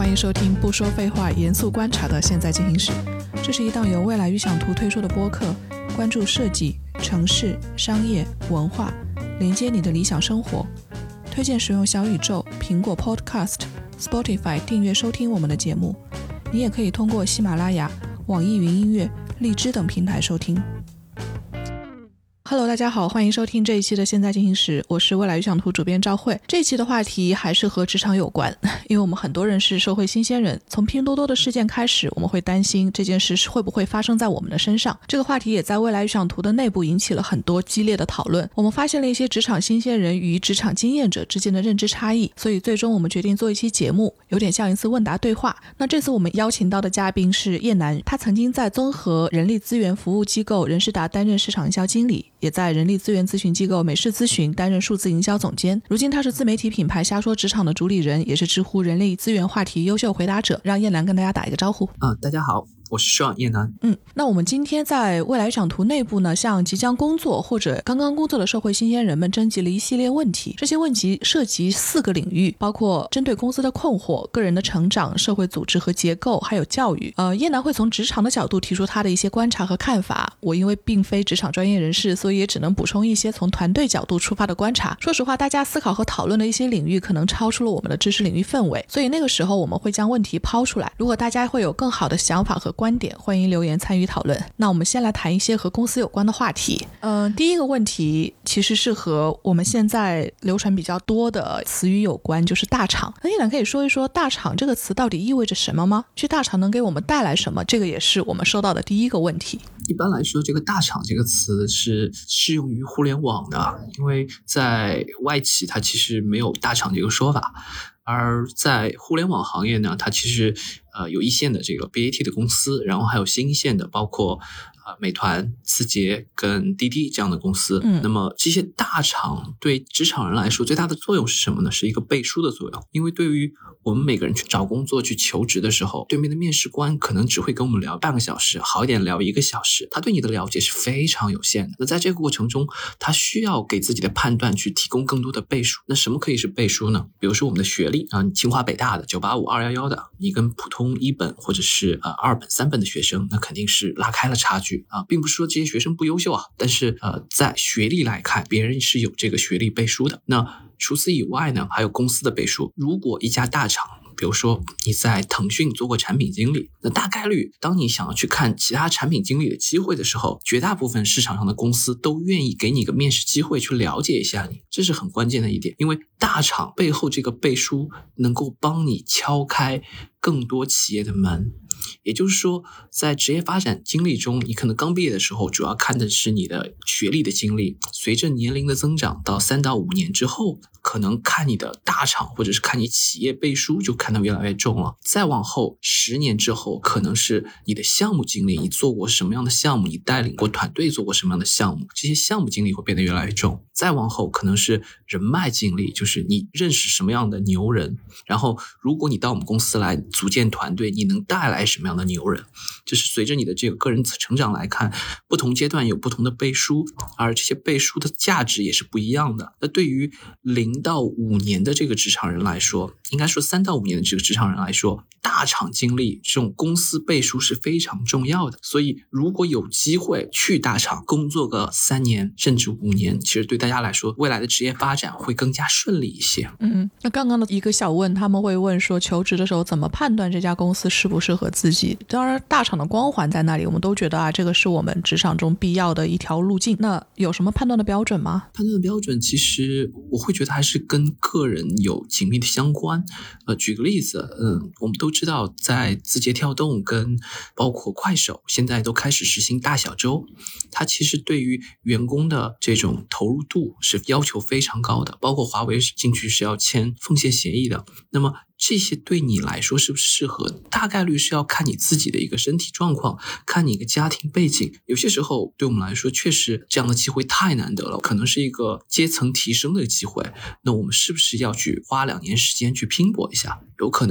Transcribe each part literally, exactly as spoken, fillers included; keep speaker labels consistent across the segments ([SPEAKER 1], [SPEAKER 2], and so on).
[SPEAKER 1] 欢迎收听不说废话严肃观察的现在进行时。这是一档由未来预想图推出的播客，关注设计、城市、商业、文化，连接你的理想生活。推荐使用小宇宙、苹果 Podcast、Spotify 订阅收听我们的节目。你也可以通过喜马拉雅、网易云音乐、荔枝等平台收听。Hello， 大家好，欢迎收听这一期的现在进行时，我是未来预想图主编赵慧。这一期的话题还是和职场有关，因为我们很多人是社会新鲜人，从拼多多的事件开始，我们会担心这件事会不会发生在我们的身上。这个话题也在未来预想图的内部引起了很多激烈的讨论。我们发现了一些职场新鲜人与职场经验者之间的认知差异，所以最终我们决定做一期节目，有点像一次问答对话。那这次我们邀请到的嘉宾是叶楠，他曾经在综合人力资源服务机构人事达担任市场营销经理，也在人力资源咨询机构美式咨询担任数字营销总监。如今他是自媒体品牌瞎说职场的主理人，也是知乎人力资源话题优秀回答者。让叶楠跟大家打一个招呼。
[SPEAKER 2] 啊、呃，大家好，我是Sean叶楠。
[SPEAKER 1] 嗯，那我们今天在未来预想图内部呢，向即将工作或者刚刚工作的社会新鲜人们征集了一系列问题。这些问题涉及四个领域，包括针对公司的困惑、个人的成长、社会组织和结构，还有教育。呃，叶楠会从职场的角度提出他的一些观察和看法。我因为并非职场专业人士，所以也只能补充一些从团队角度出发的观察。说实话，大家思考和讨论的一些领域可能超出了我们的知识领域氛围，所以那个时候我们会将问题抛出来。如果大家会有更好的想法和观点，欢迎留言参与讨论。那我们先来谈一些和公司有关的话题。嗯、呃，第一个问题其实是和我们现在流传比较多的词语有关，就是大厂。那叶楠可以说一说大厂这个词到底意味着什么吗？去大厂能给我们带来什么？这个也是我们收到的第一个问题。
[SPEAKER 2] 一般来说，这个大厂这个词是适用于互联网的，因为在外企它其实没有大厂这个说法，而在互联网行业呢，它其实呃有一线的这个 B A T 的公司，然后还有新一线的，包括呃美团、字节跟滴滴这样的公司。嗯，那么这些大厂对职场人来说最大的作用是什么呢？是一个背书的作用。因为对于我们每个人去找工作、去求职的时候，对面的面试官可能只会跟我们聊半个小时，好一点聊一个小时，他对你的了解是非常有限的。那在这个过程中，他需要给自己的判断去提供更多的背书。那什么可以是背书呢？比如说我们的学历啊，你清华北大的、九八五、二一一的，你跟普通一本或者是呃二本、三本的学生，那肯定是拉开了差距啊，并不是说这些学生不优秀啊，但是呃在学历来看，别人是有这个学历背书的。那除此以外呢，还有公司的背书。如果一家大厂，比如说你在腾讯做过产品经理，那大概率当你想要去看其他产品经理的机会的时候，绝大部分市场上的公司都愿意给你一个面试机会去了解一下你，这是很关键的一点。因为大厂背后这个背书能够帮你敲开更多企业的门。也就是说，在职业发展经历中，你可能刚毕业的时候主要看的是你的学历的经历，随着年龄的增长到三到五年之后，可能看你的大厂或者是看你企业背书就看得越来越重了。再往后十年之后，可能是你的项目经历，你做过什么样的项目，你带领过团队做过什么样的项目，这些项目经历会变得越来越重。再往后可能是人脉经历，就是你认识什么样的牛人，然后如果你到我们公司来组建团队，你能带来什么样的牛人，就是随着你的这个个人成长来看，不同阶段有不同的背书，而这些背书的价值也是不一样的。那对于零到五年的这个职场人来说，应该说三到五年的这个职场人来说，大厂经历这种公司背书是非常重要的。所以如果有机会去大厂工作个三年甚至五年，其实对大家来说未来的职业发展会更加顺利一些。
[SPEAKER 1] 嗯，那刚刚的一个小问，他们会问说求职的时候怎么判断这家公司适不适合自己。当然大厂的光环在那里，我们都觉得啊，这个是我们职场中必要的一条路径。那有什么判断的标准吗？
[SPEAKER 2] 判断的标准其实我会觉得还是跟个人有紧密的相关。呃，举个例子，嗯，我们都知道在字节跳动跟包括快手现在都开始实行大小周，它其实对于员工的这种投入度是要求非常高的，包括华为进去是要签奉献协议的。那么这些对你来说是不是适合，大概率是要看你自己的一个身体状况，看你一个家庭背景。有些时候对我们来说确实这样的机会太难得了，可能是一个阶层提升的机会，那我们是不是要去花两年时间去拼搏一下？有可能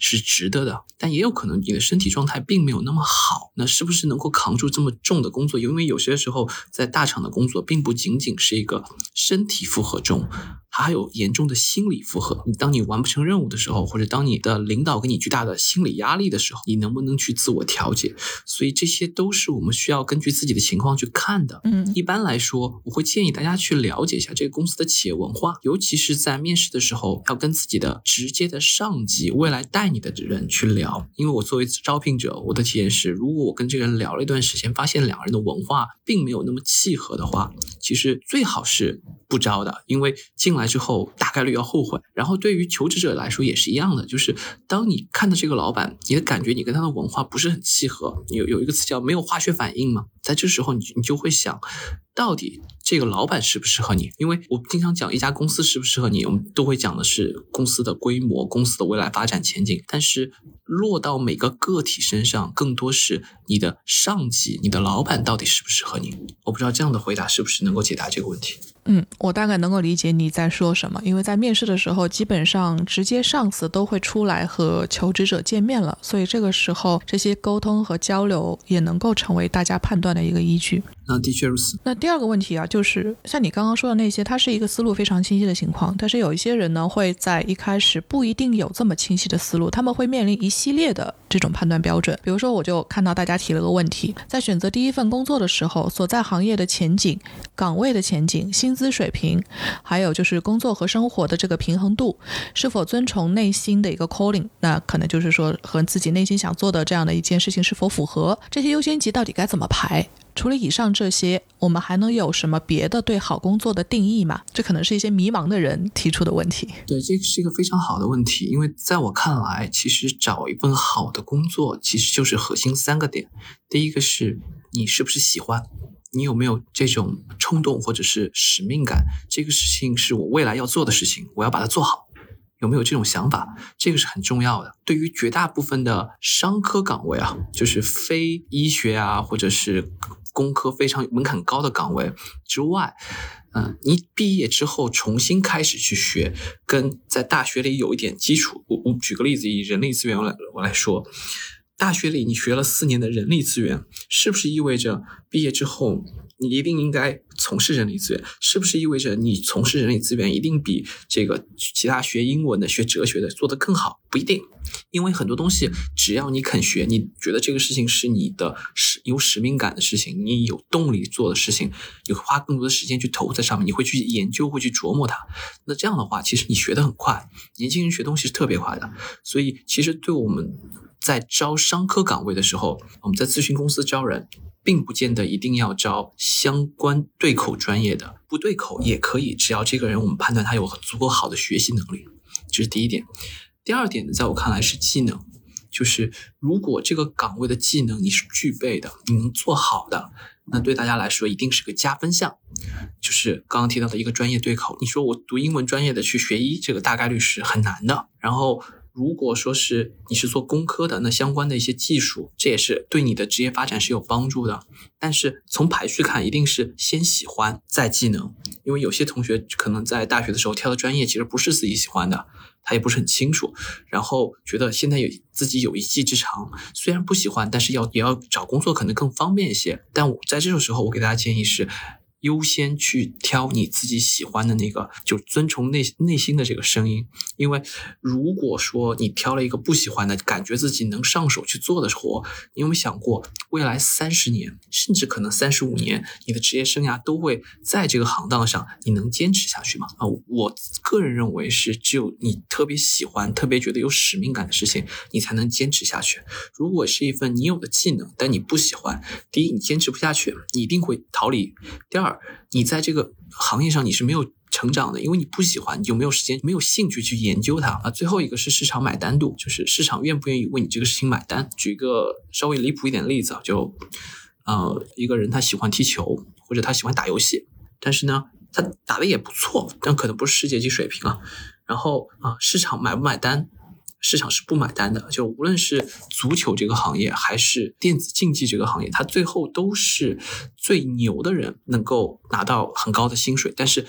[SPEAKER 2] 是值得的，但也有可能你的身体状态并没有那么好，那是不是能够扛住这么重的工作？因为有些时候在大厂的工作并不仅仅是一个身体负荷重，它还有严重的心理负荷。你当你完不成任务的时候，或者当你的领导给你巨大的心理压力的时候，你能不能去自我调节？所以这些都是我们需要根据自己的情况去看的。
[SPEAKER 1] 嗯，
[SPEAKER 2] 一般来说，我会建议大家去了解一下这个公司的企业文化，尤其是在面试的时候，要跟自己的直接的上级、未来带你的人去聊。因为我作为招聘者，我的体验是，如果我跟这个人聊了一段时间，发现两个人的文化并没有那么契合的话，其实最好是不招的，因为进来之后大概率要后悔。然后对于求职者来说也是一样的，就是当你看到这个老板，你的感觉你跟他的文化不是很契合，有有一个词叫没有化学反应嘛，在这时候你你就会想，到底这个老板适不适合你？因为我经常讲一家公司适不适合你，我们都会讲的是公司的规模、公司的未来发展前景，但是落到每个个体身上，更多是你的上级、你的老板到底适不适合你。我不知道这样的回答是不是能够解答这个问题。
[SPEAKER 1] 嗯，我大概能够理解你在说什么，因为在面试的时候，基本上直接上司都会出来和求职者见面了，所以这个时候这些沟通和交流也能够成为大家判断的一个依据。
[SPEAKER 2] 那的确如此。
[SPEAKER 1] 那第二个问题啊，就是像你刚刚说的那些，它是一个思路非常清晰的情况，但是有一些人呢，会在一开始不一定有这么清晰的思路，他们会面临一系列的这种判断标准。比如说，我就看到大家提了个问题，在选择第一份工作的时候，所在行业的前景、岗位的前景、薪资水平，还有就是工作和生活的这个平衡度，是否遵从内心的一个 calling， 那可能就是说和自己内心想做的这样的一件事情是否符合，这些优先级到底该怎么排？除了以上这些，我们还能有什么别的对好工作的定义吗？这可能是一些迷茫的人提出的问题。
[SPEAKER 2] 对，这是一个非常好的问题，因为在我看来，其实找一份好的工作其实就是核心三个点。第一个是你是不是喜欢，你有没有这种冲动或者是使命感，这个事情是我未来要做的事情，我要把它做好，有没有这种想法，这个是很重要的。对于绝大部分的商科岗位啊，就是非医学啊，或者是工科非常门槛高的岗位之外，嗯，你毕业之后重新开始去学，跟在大学里有一点基础。我我举个例子，以人力资源来我来说，大学里你学了四年的人力资源，是不是意味着毕业之后你一定应该从事人力资源？是不是意味着你从事人力资源一定比这个其他学英文的、学哲学的做得更好？不一定，因为很多东西只要你肯学，你觉得这个事情是你的有使命感的事情，你有动力做的事情，你会花更多的时间去投在上面，你会去研究，会去琢磨它。那这样的话，其实你学得很快，年轻人学东西是特别快的。所以其实对我们在招商科岗位的时候，我们在咨询公司招人，并不见得一定要招相关对口专业的，不对口也可以，只要这个人我们判断他有足够好的学习能力，这是第一点。第二点呢，在我看来是技能，就是如果这个岗位的技能你是具备的，你能做好的，那对大家来说一定是个加分项。就是刚刚提到的一个专业对口，你说我读英文专业的去学医，这个大概率是很难的。然后如果说是你是做工科的，那相关的一些技术，这也是对你的职业发展是有帮助的。但是从排序看，一定是先喜欢再技能，因为有些同学可能在大学的时候挑的专业其实不是自己喜欢的，他也不是很清楚，然后觉得现在有自己有一技之长，虽然不喜欢，但是要也要找工作可能更方便一些。但我在这种时候，我给大家建议是优先去挑你自己喜欢的那个，就遵从内内心的这个声音。因为如果说你挑了一个不喜欢的，感觉自己能上手去做的活，你有没有想过未来三十年甚至可能三十五年你的职业生涯都会在这个行当上，你能坚持下去吗？啊，我个人认为是只有你特别喜欢特别觉得有使命感的事情，你才能坚持下去。如果是一份你有的技能但你不喜欢，第一你坚持不下去，你一定会逃离。第二，你在这个行业上你是没有成长的，因为你不喜欢，你就没有时间没有兴趣去研究它啊。最后一个是市场买单度，就是市场愿不愿意为你这个事情买单。举一个稍微离谱一点的例子啊，就呃一个人他喜欢踢球或者他喜欢打游戏，但是呢他打得也不错，但可能不是世界级水平啊。然后啊市场买不买单？市场是不买单的，就无论是足球这个行业还是电子竞技这个行业，它最后都是最牛的人能够拿到很高的薪水，但是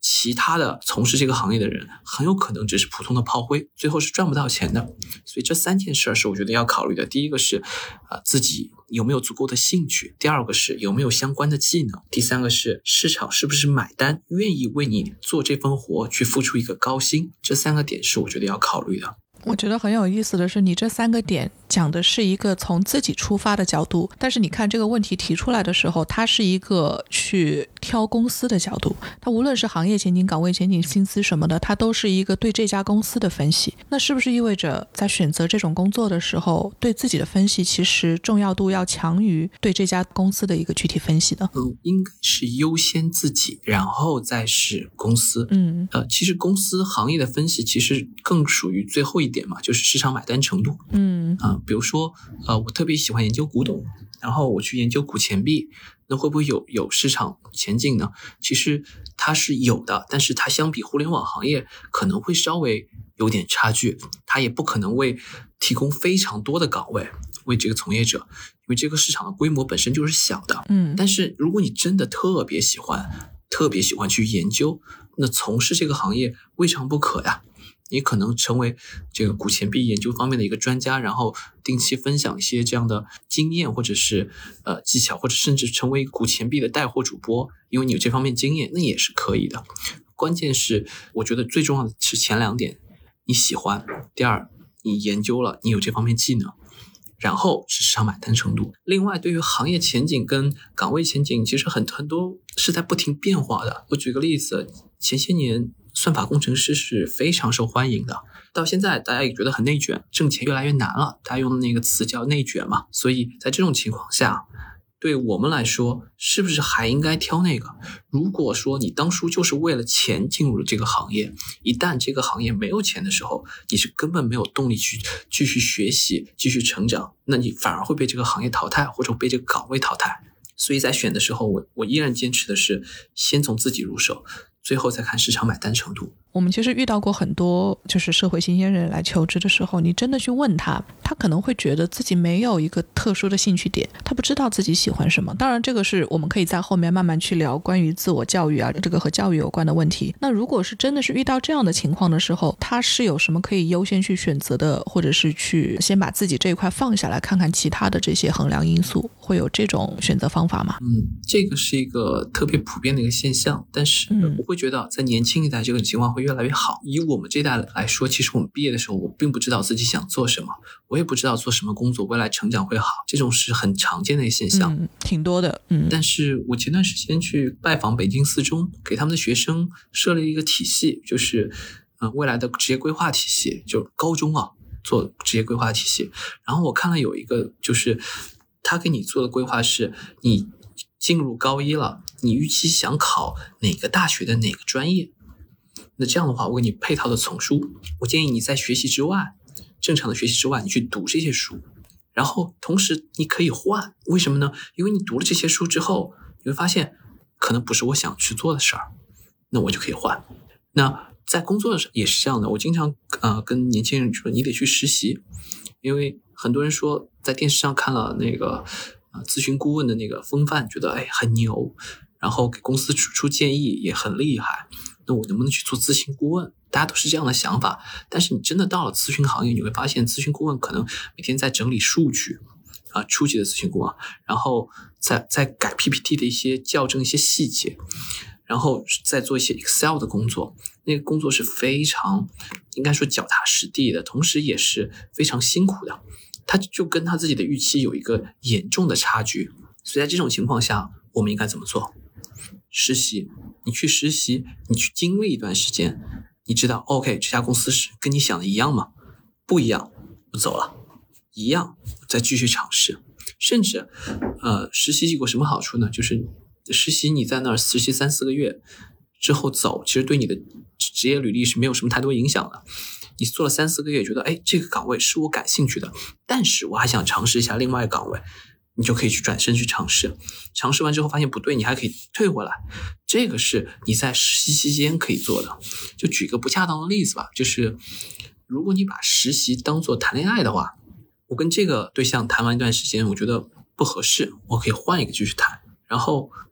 [SPEAKER 2] 其他的从事这个行业的人很有可能只是普通的炮灰，最后是赚不到钱的。所以这三件事是我觉得要考虑的。第一个是呃自己有没有足够的兴趣，第二个是有没有相关的技能，第三个是市场是不是买单，愿意为你做这份活去付出一个高薪。这三个点是我觉得要考虑的。
[SPEAKER 1] 我觉得很有意思的是，你这三个点讲的是一个从自己出发的角度，但是你看这个问题提出来的时候，它是一个去挑公司的角度，它无论是行业前景、岗位前景、薪资什么的，它都是一个对这家公司的分析。那是不是意味着在选择这种工作的时候，对自己的分析其实重要度要强于对这家公司的一个具体分析的？
[SPEAKER 2] 嗯，应该是优先自己，然后再是公司。
[SPEAKER 1] 嗯，
[SPEAKER 2] 呃，其实公司行业的分析其实更属于最后一点嘛，就是市场买单程度。
[SPEAKER 1] 嗯
[SPEAKER 2] 啊、呃，比如说，呃，我特别喜欢研究古董，然后我去研究古钱币，那会不会有有市场前景呢？其实它是有的，但是它相比互联网行业可能会稍微有点差距，它也不可能为提供非常多的岗位为这个从业者，因为这个市场的规模本身就是小的。
[SPEAKER 1] 嗯，
[SPEAKER 2] 但是如果你真的特别喜欢，特别喜欢去研究，那从事这个行业未尝不可呀。你可能成为这个古钱币研究方面的一个专家，然后定期分享一些这样的经验或者是呃技巧，或者甚至成为古钱币的带货主播，因为你有这方面经验，那也是可以的。关键是我觉得最重要的是前两点，你喜欢，第二你研究了，你有这方面技能，然后是市场买单程度。另外对于行业前景跟岗位前景，其实很很多是在不停变化的。我举个例子，前些年算法工程师是非常受欢迎的，到现在大家也觉得很内卷，挣钱越来越难了，大家用的那个词叫内卷嘛。所以在这种情况下，对我们来说是不是还应该挑那个？如果说你当初就是为了钱进入了这个行业，一旦这个行业没有钱的时候，你是根本没有动力去继续学习继续成长，那你反而会被这个行业淘汰，或者被这个岗位淘汰。所以在选的时候，我我依然坚持的是先从自己入手，最后再看市场买单程度。
[SPEAKER 1] 我们其实遇到过很多就是社会新鲜人来求职的时候，你真的去问他，他可能会觉得自己没有一个特殊的兴趣点，他不知道自己喜欢什么。当然这个是我们可以在后面慢慢去聊关于自我教育啊，这个和教育有关的问题。那如果是真的是遇到这样的情况的时候，他是有什么可以优先去选择的，或者是去先把自己这一块放下来，看看其他的这些衡量因素，会有这种选择方法吗？
[SPEAKER 2] 嗯，这个是一个特别普遍的一个现象，但是我会觉得在年轻一代这个情况会越来越好。以我们这一代来说，其实我们毕业的时候，我并不知道自己想做什么，我也不知道做什么工作未来成长会好，这种是很常见的一个现象。
[SPEAKER 1] 嗯，挺多的。嗯，
[SPEAKER 2] 但是我前段时间去拜访北京四中，给他们的学生设了一个体系，就是呃未来的职业规划体系，就高中啊做职业规划体系。然后我看了有一个，就是他给你做的规划是，你进入高一了，你预期想考哪个大学的哪个专业。那这样的话，我给你配套的丛书，我建议你在学习之外，正常的学习之外，你去读这些书，然后同时你可以换。为什么呢？因为你读了这些书之后，你会发现可能不是我想去做的事儿，那我就可以换。那在工作上也是这样的，我经常呃跟年轻人说，你得去实习，因为很多人说在电视上看了那个呃咨询顾问的那个风范，觉得哎很牛，然后给公司出出建议也很厉害。那我能不能去做咨询顾问？大家都是这样的想法，但是你真的到了咨询行业，你会发现咨询顾问可能每天在整理数据啊，初级的咨询顾问，然后再再改 P P T 的一些校正一些细节，然后再做一些 Excel 的工作。那个工作是非常应该说脚踏实地的，同时也是非常辛苦的。他就跟他自己的预期有一个严重的差距。所以在这种情况下，我们应该怎么做？实习，你去实习，你去经历一段时间，你知道 OK 这家公司是跟你想的一样吗？不一样，不走了。一样，再继续尝试。甚至呃，实习有什么好处呢？就是实习你在那儿实习三四个月之后走，其实对你的职业履历是没有什么太多影响的。你做了三四个月，觉得哎这个岗位是我感兴趣的，但是我还想尝试一下另外一个岗位，你就可以去转身去尝试，尝试完之后发现不对，你还可以退回来。这个是你在实习期间可以做的。就举个不恰当的例子吧，就是如果你把实习当做谈恋爱的话，我跟这个对象谈完一段时间，我觉得不合适，我可以换一个继续谈。然后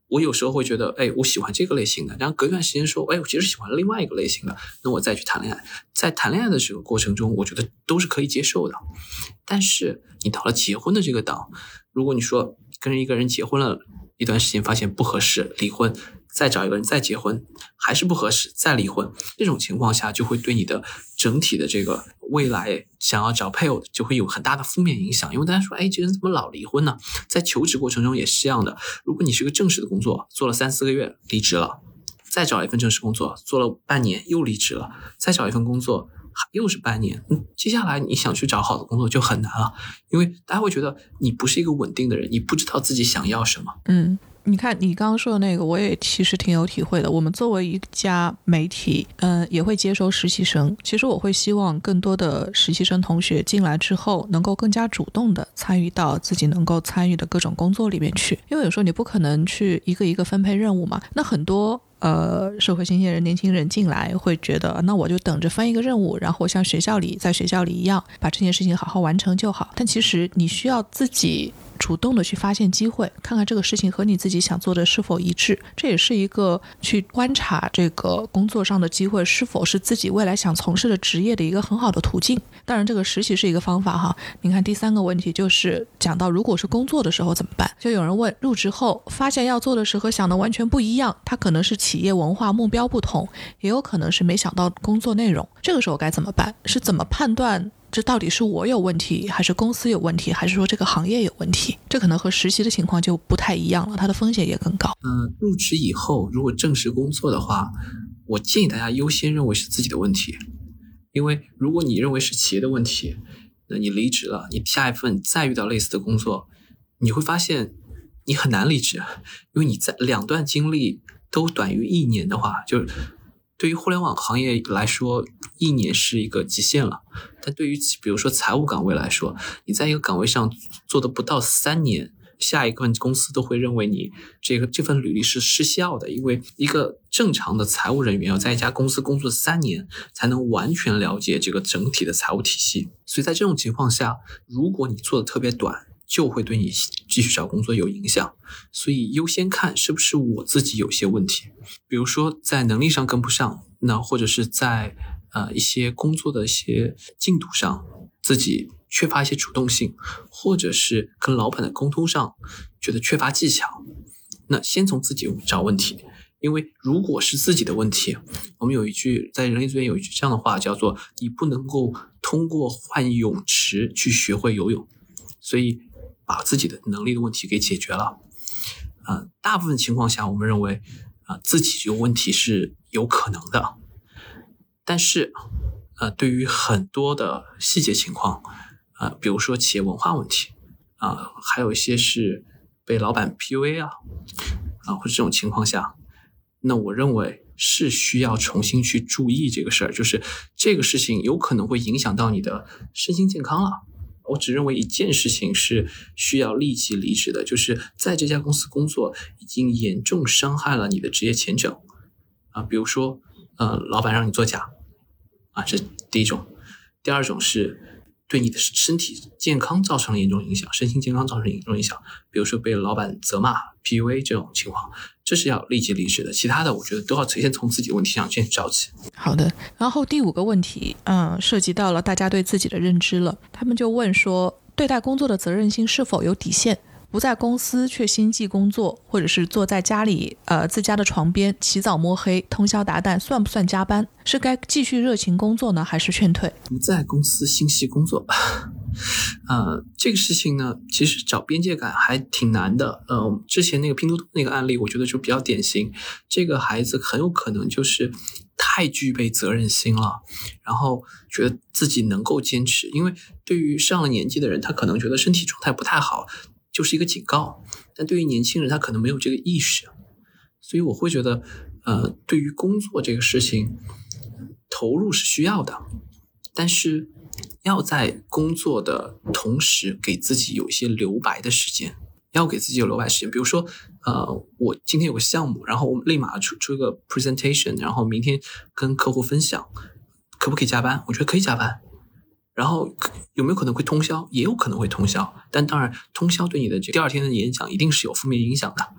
[SPEAKER 2] 我有时候会觉得，哎，我喜欢这个类型的，然后隔一段时间说，哎，我其实喜欢另外一个类型的，那我再去谈恋爱。在谈恋爱的这个过程中，我觉得都是可以接受的。但是你到了结婚的这个档，如果你说跟一个人结婚了一段时间，发现不合适，离婚，再找一个人再结婚，还是不合适，再离婚，这种情况下就会对你的整体的这个未来想要找配偶就会有很大的负面影响。因为大家说，哎，这人怎么老离婚呢？在求职过程中也是这样的，如果你是个正式的工作，做了三四个月离职了，再找一份正式工作，做了半年又离职了，再找一份工作又是半年，嗯，接下来你想去找好的工作就很难了，因为大家会觉得你不是一个稳定的人，你不知道自己想要什么。
[SPEAKER 1] 嗯，你看你刚刚说的那个我也其实挺有体会的。我们作为一家媒体嗯，也会接收实习生，其实我会希望更多的实习生同学进来之后能够更加主动的参与到自己能够参与的各种工作里面去，因为有时候你不可能去一个一个分配任务嘛，那很多呃，社会新鲜人年轻人进来会觉得，那我就等着分一个任务，然后像学校里在学校里一样把这件事情好好完成就好。但其实你需要自己主动的去发现机会，看看这个事情和你自己想做的是否一致，这也是一个去观察这个工作上的机会是否是自己未来想从事的职业的一个很好的途径。当然这个实习是一个方法哈。你看第三个问题就是讲到如果是工作的时候怎么办，就有人问入职后发现要做的事和想的完全不一样，他可能是企业文化目标不同，也有可能是没想到工作内容，这个时候该怎么办？是怎么判断这到底是我有问题，还是公司有问题，还是说这个行业有问题？这可能和实习的情况就不太一样了，它的风险也更高。
[SPEAKER 2] 嗯，入职以后如果正式工作的话，我建议大家优先认为是自己的问题。因为如果你认为是企业的问题，那你离职了，你下一份再遇到类似的工作，你会发现你很难离职，因为你在两段经历都短于一年的话，就对于互联网行业来说，一年是一个极限了。但对于比如说财务岗位来说，你在一个岗位上做的不到三年，下一份公司都会认为你这个这份履历是失效的。因为一个正常的财务人员要在一家公司工作三年才能完全了解这个整体的财务体系。所以在这种情况下，如果你做的特别短，就会对你继续找工作有影响。所以优先看是不是我自己有些问题，比如说在能力上跟不上，那或者是在呃一些工作的一些进度上自己缺乏一些主动性，或者是跟老板的沟通上觉得缺乏技巧。那先从自己找问题，因为如果是自己的问题，我们有一句在人力资源有一句这样的话叫做你不能够通过换泳池去学会游泳。所以把自己的能力的问题给解决了。呃，大部分情况下我们认为啊、呃，自己有问题是有可能的。但是呃，对于很多的细节情况啊、呃，比如说企业文化问题啊、呃，还有一些是被老板 P U A 啊啊，或者这种情况下，那我认为是需要重新去注意这个事儿，就是这个事情有可能会影响到你的身心健康了。我只认为一件事情是需要立即离职的，就是在这家公司工作已经严重伤害了你的职业前程啊，比如说呃，老板让你作假啊，这是第一种。第二种是对你的身体健康造成了严重影响，身心健康造成严重影响，比如说被老板责骂 P U A 这种情况，这是要立即离职的。其他的我觉得都要先从自己的问题上先找起。
[SPEAKER 1] 好的，然后第五个问题嗯，涉及到了大家对自己的认知了。他们就问说，对待工作的责任心是否有底线？不在公司却心系工作，或者是坐在家里呃自家的床边起早摸黑通宵达旦，算不算加班？是该继续热情工作呢，还是劝退？
[SPEAKER 2] 不在公司心系工作呃，这个事情呢其实找边界感还挺难的。呃，之前那个拼多多那个案例我觉得就比较典型，这个孩子很有可能就是太具备责任心了，然后觉得自己能够坚持。因为对于上了年纪的人，他可能觉得身体状态不太好就是一个警告，但对于年轻人他可能没有这个意识。所以我会觉得呃，对于工作这个事情投入是需要的，但是要在工作的同时给自己有一些留白的时间，要给自己有留白时间。比如说呃，我今天有个项目，然后我们立马出出一个 presentation， 然后明天跟客户分享，可不可以加班？我觉得可以加班。然后有没有可能会通宵？也有可能会通宵，但当然通宵对你的第二天的演讲一定是有负面影响的。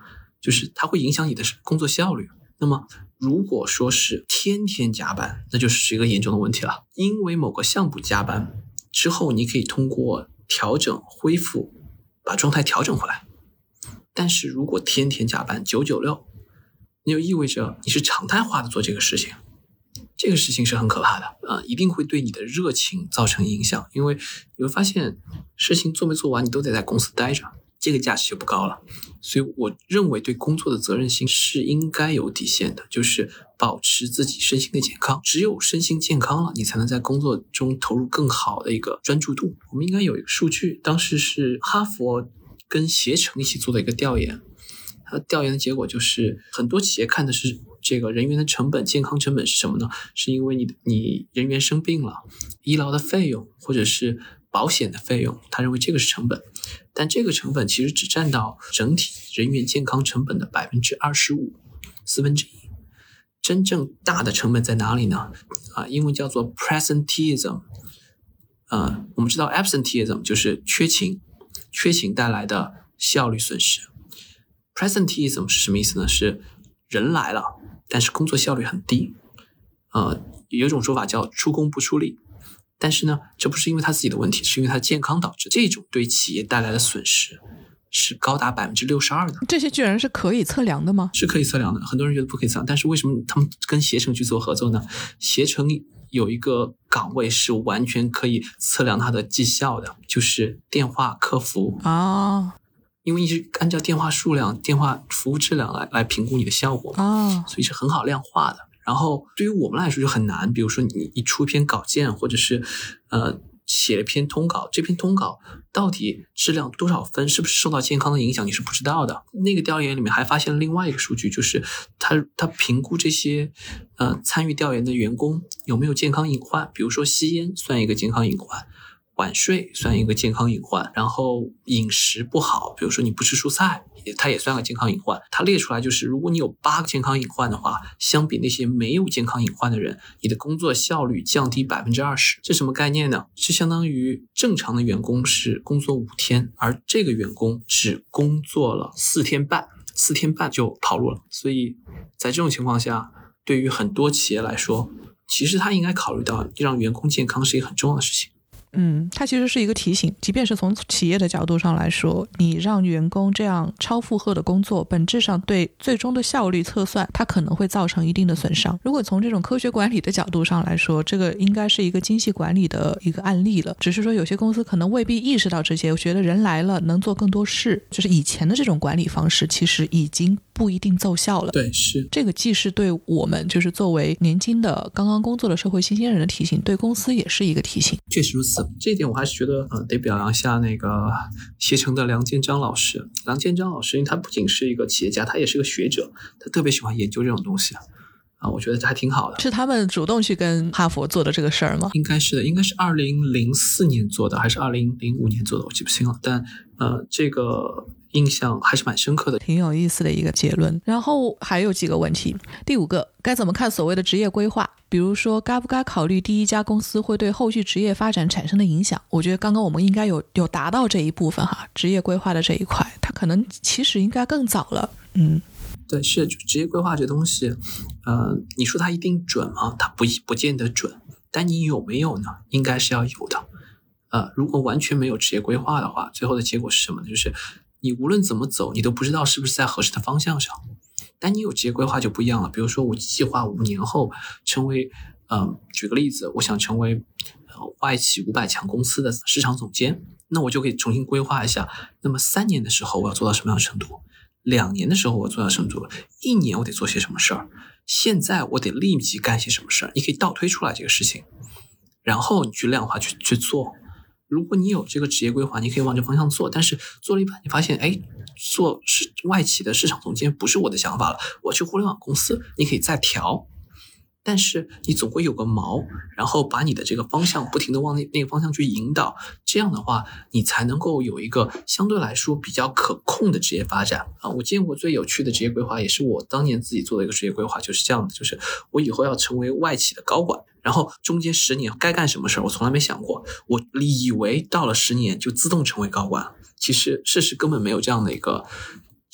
[SPEAKER 2] 就是它会影响你的工作效率。那么如果说是天天加班，那就是一个严重的问题了。因为某个项目加班之后，你可以通过调整恢复把状态调整回来。但是如果天天加班九九六，那就意味着你是常态化的做这个事情，这个事情是很可怕的啊、呃，一定会对你的热情造成影响。因为你会发现事情做没做完你都得在公司待着，这个价值就不高了。所以我认为对工作的责任心是应该有底线的，就是保持自己身心的健康。只有身心健康了，你才能在工作中投入更好的一个专注度。我们应该有一个数据，当时是哈佛跟携程一起做的一个调研，它调研的结果就是很多企业看的是这个人员的成本，健康成本是什么呢？是因为你你人员生病了，医疗的费用或者是保险的费用，他认为这个是成本。但这个成本其实只占到整体人员健康成本的 百分之二十五， 四分之一。真正大的成本在哪里呢？啊，英文叫做 presenteeism。呃，我们知道 absenteeism 就是缺勤，缺勤带来的效率损失。presenteeism 是什么意思呢？是人来了，但是工作效率很低。呃，有一种说法叫出工不出力。但是呢，这不是因为他自己的问题，是因为他健康导致。这种对企业带来的损失是高达 百分之六十二 的。
[SPEAKER 1] 这些居然是可以测量的吗？
[SPEAKER 2] 是可以测量的，很多人觉得不可以测量，但是为什么他们跟携程去做合作呢？携程有一个岗位是完全可以测量它的绩效的，就是电话客服
[SPEAKER 1] 啊，
[SPEAKER 2] 因为你是按照电话数量、电话服务质量来来评估你的效果
[SPEAKER 1] 啊，
[SPEAKER 2] 所以是很好量化的。然后对于我们来说就很难，比如说你你出一篇稿件，或者是呃写了一篇通稿，这篇通稿到底质量多少分，是不是受到健康的影响，你是不知道的。那个调研里面还发现了另外一个数据，就是他他评估这些呃参与调研的员工有没有健康隐患，比如说吸烟算一个健康隐患，晚睡算一个健康隐患，然后饮食不好，比如说你不吃蔬菜，它也算个健康隐患。它列出来就是，如果你有八个健康隐患的话，相比那些没有健康隐患的人，你的工作效率降低 百分之二十。 这什么概念呢？是相当于正常的员工是工作五天，而这个员工只工作了四天半，四天半就跑路了。所以在这种情况下，对于很多企业来说，其实他应该考虑到让员工健康是一个很重要的事情。
[SPEAKER 1] 嗯，它其实是一个提醒，即便是从企业的角度上来说，你让员工这样超负荷的工作，本质上对最终的效率测算，它可能会造成一定的损伤。如果从这种科学管理的角度上来说，这个应该是一个精细管理的一个案例了。只是说有些公司可能未必意识到这些，我觉得人来了能做更多事，就是以前的这种管理方式其实已经不一定奏效了。
[SPEAKER 2] 对，是
[SPEAKER 1] 这个既是对我们就是作为年轻的刚刚工作的社会新鲜人的提醒，对公司也是一个提醒。
[SPEAKER 2] 确实如此，这一点我还是觉得呃，得表扬一下那个携程的梁建章老师。梁建章老师因为他不仅是一个企业家，他也是个学者，他特别喜欢研究这种东西啊，我觉得这还挺好的。
[SPEAKER 1] 是他们主动去跟哈佛做的这个事儿吗？
[SPEAKER 2] 应该是的，应该是二零零四年做的还是二零零五年做的，我记不清了，但呃，这个印象还是蛮深刻的，
[SPEAKER 1] 挺有意思的一个结论。然后还有几个问题。第五个，该怎么看所谓的职业规划？比如说该不该考虑第一家公司会对后续职业发展产生的影响？我觉得刚刚我们应该有有达到这一部分哈，职业规划的这一块，它可能其实应该更早了。嗯，
[SPEAKER 2] 对，是职业规划这东西，呃，你说它一定准吗？它不不见得准，但你有没有呢？应该是要有的。呃，如果完全没有职业规划的话，最后的结果是什么呢？就是你无论怎么走，你都不知道是不是在合适的方向上。但你有职业规划就不一样了，比如说我计划五年后成为，呃，举个例子，我想成为、呃、外企五百强公司的市场总监，那我就可以重新规划一下，那么三年的时候我要做到什么样的程度，两年的时候我做到什么程度，一年我得做些什么事儿，现在我得立即干些什么事儿，你可以倒推出来这个事情，然后你去量化去去做。如果你有这个职业规划，你可以往这方向做，但是做了一半你发现，哎，做是外企的市场总监不是我的想法了，我去互联网公司，你可以再调，但是你总会有个锚，然后把你的这个方向不停地往那那个方向去引导，这样的话你才能够有一个相对来说比较可控的职业发展啊。我见过最有趣的职业规划，也是我当年自己做的一个职业规划，就是这样的，就是我以后要成为外企的高管，然后中间十年该干什么事儿我从来没想过，我以为到了十年就自动成为高管，其实事实根本没有这样的一个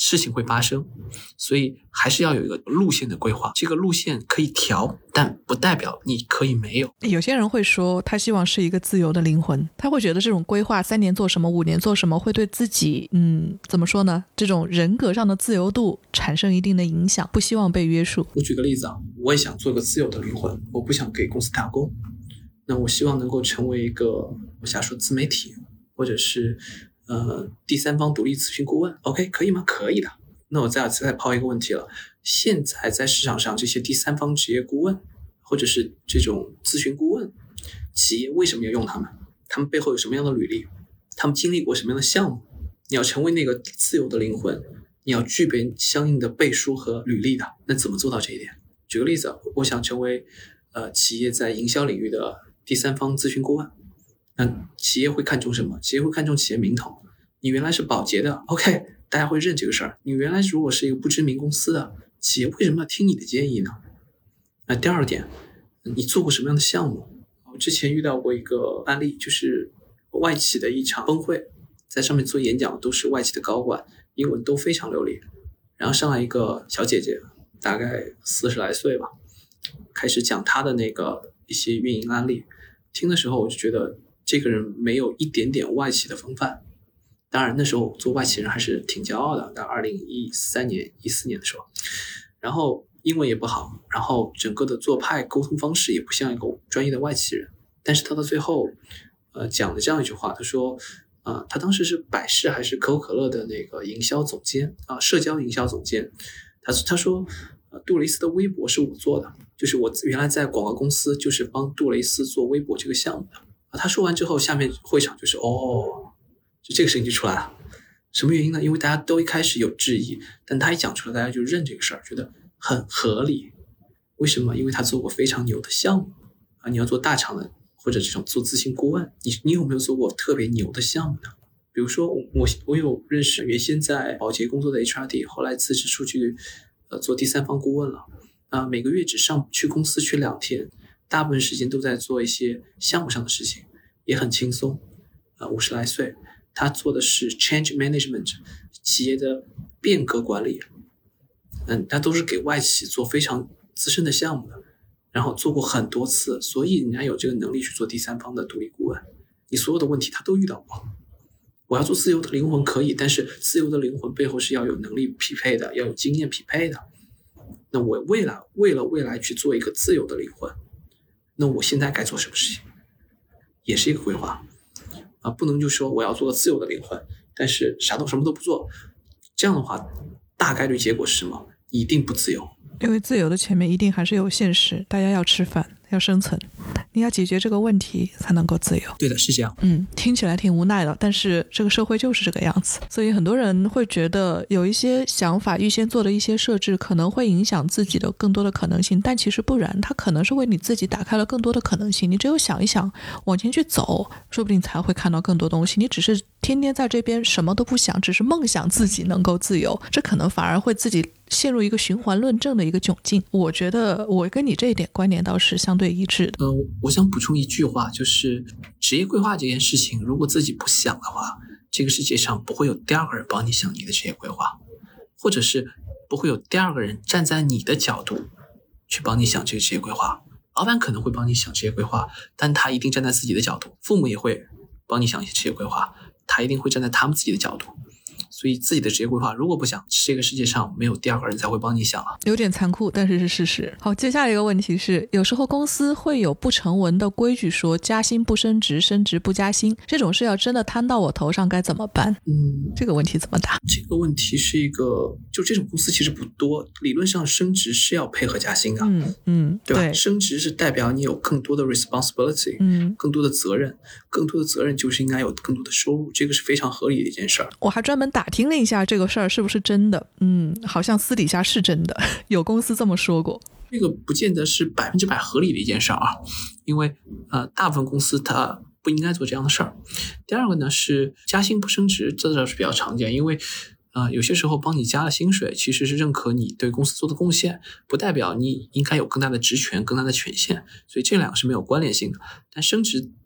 [SPEAKER 2] 事情会发生，所以还是要有一个路线的规划。这个路线可以调，但不代表你可以没有。
[SPEAKER 1] 有些人会说他希望是一个自由的灵魂，他会觉得这种规划三年做什么五年做什么会对自己嗯怎么说呢，这种人格上的自由度产生一定的影响，不希望被约束。
[SPEAKER 2] 我举个例子啊，我也想做个自由的灵魂，我不想给公司打工，那我希望能够成为一个我想说自媒体，或者是呃，第三方独立咨询顾问 ，OK， 可以吗？可以的。那我再再抛一个问题了，现在在市场上这些第三方职业顾问，或者是这种咨询顾问，企业为什么要用他们？他们背后有什么样的履历？他们经历过什么样的项目？你要成为那个自由的灵魂，你要具备相应的背书和履历的。那怎么做到这一点？举个例子，我想成为呃企业在营销领域的第三方咨询顾问。那企业会看重什么？企业会看重企业名头。你原来是宝洁的 ，OK， 大家会认这个事儿。你原来如果是一个不知名公司的企业，为什么要听你的建议呢？那第二点，你做过什么样的项目？我之前遇到过一个案例，就是外企的一场峰会，在上面做演讲都是外企的高管，英文都非常流利。然后上来一个小姐姐，大概四十来岁吧，开始讲她的那个一些运营案例。听的时候我就觉得这个人没有一点点外企的风范。当然那时候做外企人还是挺骄傲的，在二零一三年一四年的时候，然后英文也不好，然后整个的做派沟通方式也不像一个专业的外企人。但是他到最后呃讲了这样一句话，他说呃他当时是百事还是可口可乐的那个营销总监啊、呃，社交营销总监。他他说呃杜蕾斯的微博是我做的，就是我原来在广告公司就是帮杜蕾斯做微博这个项目的。啊，他说完之后，下面会场就是哦，就这个声音就出来了。什么原因呢？因为大家都一开始有质疑，但他一讲出来，大家就认这个事儿，觉得很合理。为什么？因为他做过非常牛的项目啊！你要做大厂的或者这种做咨询顾问，你你有没有做过特别牛的项目呢？比如说我我有认识原先在宝洁工作的 H R D， 后来辞职出去呃做第三方顾问了啊、呃，每个月只上去公司去两天。大部分时间都在做一些项目上的事情，也很轻松。呃，五十来岁，他做的是 change management， 企业的变革管理。嗯，他都是给外企做非常资深的项目的，然后做过很多次，所以人家有这个能力去做第三方的独立顾问。你所有的问题他都遇到过。我要做自由的灵魂可以，但是自由的灵魂背后是要有能力匹配的，要有经验匹配的。那我未来为了未来去做一个自由的灵魂。那我现在该做什么事情，也是一个规划啊，不能就说我要做个自由的灵魂，但是啥都什么都不做，这样的话，大概率结果是什么？一定不自由。
[SPEAKER 1] 因为自由的前面一定还是有现实，大家要吃饭，要生存，你要解决这个问题才能够自由。
[SPEAKER 2] 对的，是这样。
[SPEAKER 1] 嗯，听起来挺无奈的，但是这个社会就是这个样子，所以很多人会觉得有一些想法预先做的一些设置可能会影响自己的更多的可能性，但其实不然，它可能是为你自己打开了更多的可能性。你只有想一想，往前去走，说不定才会看到更多东西。你只是天天在这边什么都不想，只是梦想自己能够自由，这可能反而会自己陷入一个循环论证的一个窘境。我觉得我跟你这一点观点倒是相对一致的。
[SPEAKER 2] 呃，我想补充一句话，就是职业规划这件事情，如果自己不想的话，这个世界上不会有第二个人帮你想你的职业规划，或者是不会有第二个人站在你的角度去帮你想这个职业规划。老板可能会帮你想职业规划，但他一定站在自己的角度，父母也会帮你想一些职业规划，他一定会站在他们自己的角度。所以自己的职业规划如果不想，这个世界上没有第二个人才会帮你想啊。
[SPEAKER 1] 有点残酷，但是是事实。好，接下来一个问题是，有时候公司会有不成文的规矩说加薪不升职，升职不加薪，这种事要真的摊到我头上该怎么办？
[SPEAKER 2] 嗯，
[SPEAKER 1] 这个问题怎么答？
[SPEAKER 2] 这个问题是一个，就这种公司其实不多，理论上升职是要配合加薪的。
[SPEAKER 1] 嗯嗯，
[SPEAKER 2] 对吧？
[SPEAKER 1] 对，
[SPEAKER 2] 升职是代表你有更多的 responsibility，
[SPEAKER 1] 嗯，
[SPEAKER 2] 更多的责任，更多的责任就是应该有更多的收入，这个是非常合理的一件事儿。
[SPEAKER 1] 我还专门打听了一下这个事儿是不是真的，嗯，好像私底下是真的，有公司这么说过。
[SPEAKER 2] 这个不见得是百分之百合理的一件事儿啊，因为呃，大部分公司它不应该做这样的事儿。第二个呢是加薪不升职，这倒是比较常见，因为呃，有些时候帮你加了薪水，其实是认可你对公司做的贡献，不代表你应该有更大的职权、更大的权限，所以这两个是没有关联性的。但升职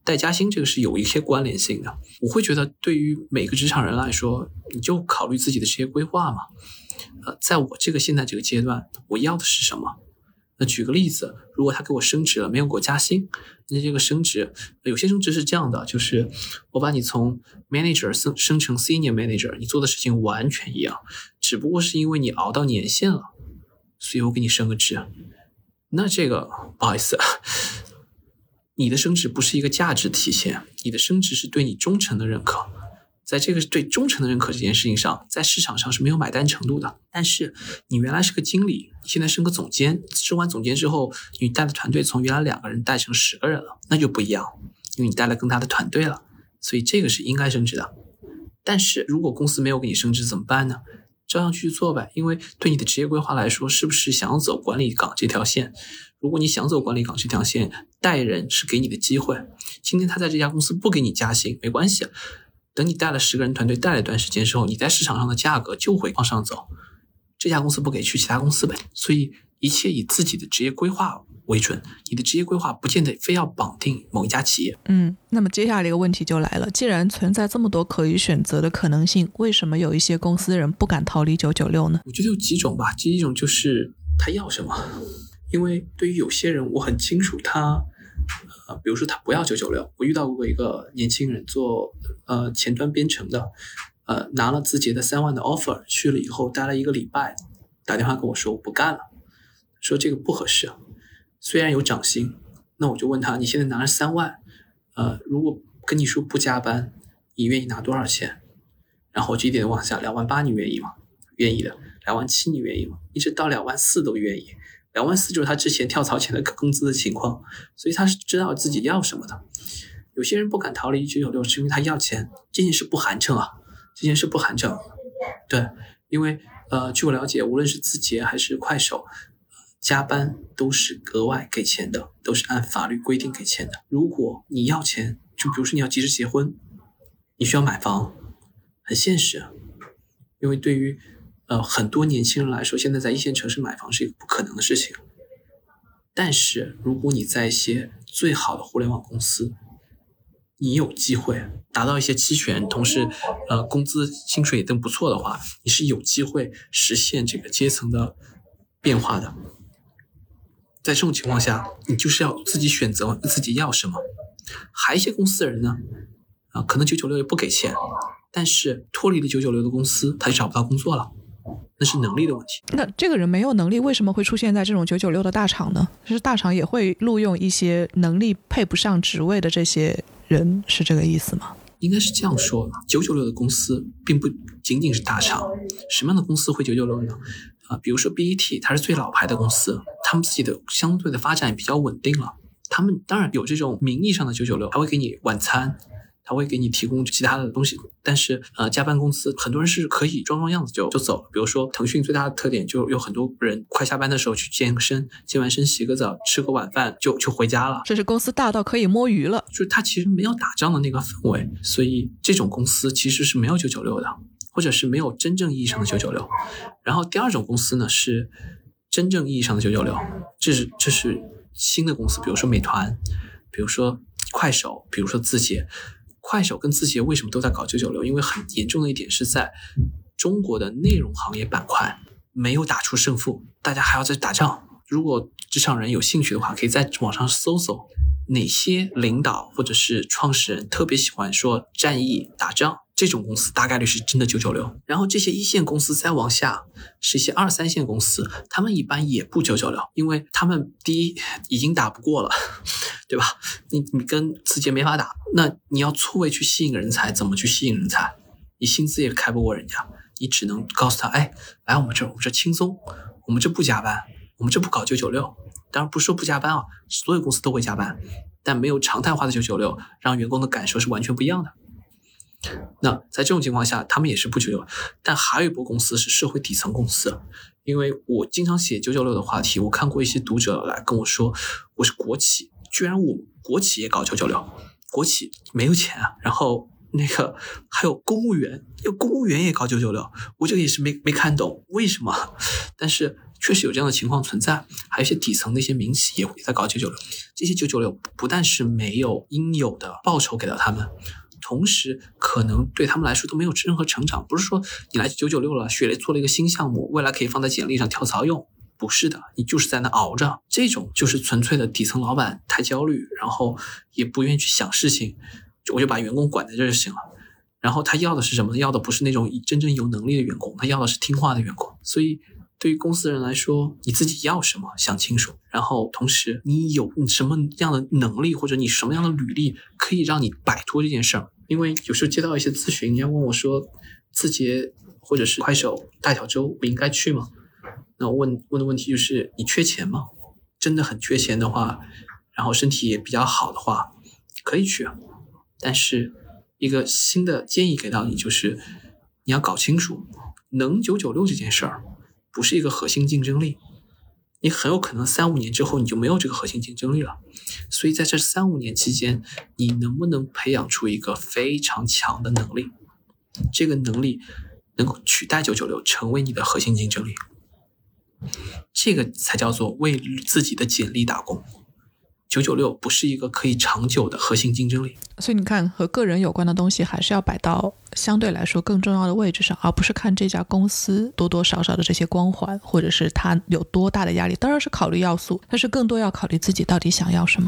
[SPEAKER 2] 带加薪这个是有一些关联性的。我会觉得对于每个职场人来说，你就考虑自己的职业规划嘛。呃，在我这个现在这个阶段，我要的是什么？那举个例子，如果他给我升职了，没有给我加薪，那这个升职，有些升职是这样的，就是我把你从 manager 升升成 senior manager， 你做的事情完全一样，只不过是因为你熬到年限了，所以我给你升个职。那这个不好意思，你的升职不是一个价值体现，你的升职是对你忠诚的认可。在这个对忠诚的认可这件事情上，在市场上是没有买单程度的。但是你原来是个经理，你现在升个总监，升完总监之后，你带的团队从原来两个人带成十个人了，那就不一样，因为你带了更大的团队了，所以这个是应该升职的。但是如果公司没有给你升职怎么办呢？照样去做呗，因为对你的职业规划来说，是不是想要走管理岗这条线？如果你想走管理岗这条线，带人是给你的机会。今天他在这家公司不给你加薪没关系，等你带了十个人团队，带了一段时间之后，你在市场上的价格就会往上走。这家公司不给，去其他公司呗。所以一切以自己的职业规划为准，你的职业规划不见得非要绑定某一家企业。
[SPEAKER 1] 嗯，那么接下来的一个问题就来了，既然存在这么多可以选择的可能性，为什么有一些公司人不敢逃离九九六呢？
[SPEAKER 2] 我觉得有几种吧，第一种就是他要什么。因为对于有些人我很清楚他呃，比如说他不要九九六，我遇到过一个年轻人做呃前端编程的，呃拿了字节的三万的 offer， 去了以后待了一个礼拜，打电话跟我说我不干了，说这个不合适，虽然有涨薪，那我就问他你现在拿了三万，呃如果跟你说不加班，你愿意拿多少钱？然后我就一点往下，两万八你愿意吗？愿意的。两万七你愿意吗？一直到两万四都愿意。两万四就是他之前跳槽前的工资的情况，所以他是知道自己要什么的。有些人不敢逃离九九六是因为他要钱，这件事不寒碜啊，这件事不寒碜。对，因为呃，据我了解，无论是字节还是快手，加班都是额外给钱的，都是按法律规定给钱的。如果你要钱，就比如说你要急着结婚，你需要买房，很现实，因为对于呃，很多年轻人来说，现在在一线城市买房是一个不可能的事情。但是如果你在一些最好的互联网公司，你有机会达到一些期权，同时呃工资薪水也都不错的话，你是有机会实现这个阶层的变化的。在这种情况下，你就是要自己选择自己要什么。还有一些公司的人呢，啊、呃，可能九九六也不给钱，但是脱离了九九六的公司，他就找不到工作了。那是能力的问题。
[SPEAKER 1] 那这个人没有能力，为什么会出现在这种九九六的大厂呢？就是大厂也会录用一些能力配不上职位的这些人，是这个意思吗？
[SPEAKER 2] 应该是这样说，九九六的公司并不仅仅是大厂。什么样的公司会九九六呢？啊、呃，比如说 B A T， 它是最老牌的公司，他们自己的相对的发展也比较稳定了。他们当然有这种名义上的九九六，他会给你晚餐，他会给你提供其他的东西，但是呃，加班公司很多人是可以装装样子就就走了。比如说腾讯最大的特点就有很多人快下班的时候去健个身，健完身洗个澡，吃个晚饭就就回家了。
[SPEAKER 1] 这是公司大到可以摸鱼了，
[SPEAKER 2] 就是他其实没有打仗的那个氛围，所以这种公司其实是没有九九六的，或者是没有真正意义上的九九六。然后第二种公司呢是真正意义上的九九六，这是这是新的公司，比如说美团，比如说快手，比如说字节。快手跟字节为什么都在搞九九六？因为很严重的一点是在中国的内容行业板块没有打出胜负，大家还要再打仗。如果职场人有兴趣的话，可以在网上搜搜哪些领导或者是创始人特别喜欢说战役打仗，这种公司大概率是真的九九六。然后这些一线公司再往下是一些二三线公司，他们一般也不九九六，因为他们第一已经打不过了，对吧？你你跟字节没法打，那你要错位去吸引人才，怎么去吸引人才？你薪资也开不过人家，你只能告诉他，哎，来我们这我们这轻松，我们这不加班，我们这不搞九九六。当然不是说不加班啊，所有公司都会加班，但没有常态化的九九六，让员工的感受是完全不一样的。那在这种情况下，他们也是不九九六。但还有一波公司是社会底层公司，因为我经常写九九六的话题，我看过一些读者来跟我说，我是国企，居然我国企也搞九九六，国企没有钱啊。然后那个还有公务员，有公务员也搞九九六，我这个也是没没看懂为什么。但是确实有这样的情况存在，还有一些底层的一些民企也会在搞九九六，这些九九六不但是没有应有的报酬给到他们，同时可能对他们来说都没有任何成长。不是说你来九九六了，雪雷做了一个新项目，未来可以放在简历上跳槽用，不是的，你就是在那熬着。这种就是纯粹的底层老板太焦虑，然后也不愿意去想事情，我就把员工管在这就行了。然后他要的是什么？要的不是那种真正有能力的员工，他要的是听话的员工。所以对于公司的人来说，你自己要什么想清楚，然后同时你有你什么样的能力，或者你什么样的履历可以让你摆脱这件事儿。因为有时候接到一些咨询，人家问我说字节或者是快手大小周我应该去吗？那我问问的问题就是你缺钱吗？真的很缺钱的话，然后身体也比较好的话可以去，但是一个新的建议给到你，就是你要搞清楚能九九六这件事儿不是一个核心竞争力，你很有可能三五年之后你就没有这个核心竞争力了。所以在这三五年期间，你能不能培养出一个非常强的能力，这个能力能够取代九九六成为你的核心竞争力，这个才叫做为自己的简历打工。九九六不是一个可以长久的核心竞争力。
[SPEAKER 1] 所以你看，和个人有关的东西还是要摆到相对来说更重要的位置上，而不是看这家公司多多少少的这些光环，或者是它有多大的压力，当然是考虑要素，但是更多要考虑自己到底想要什么。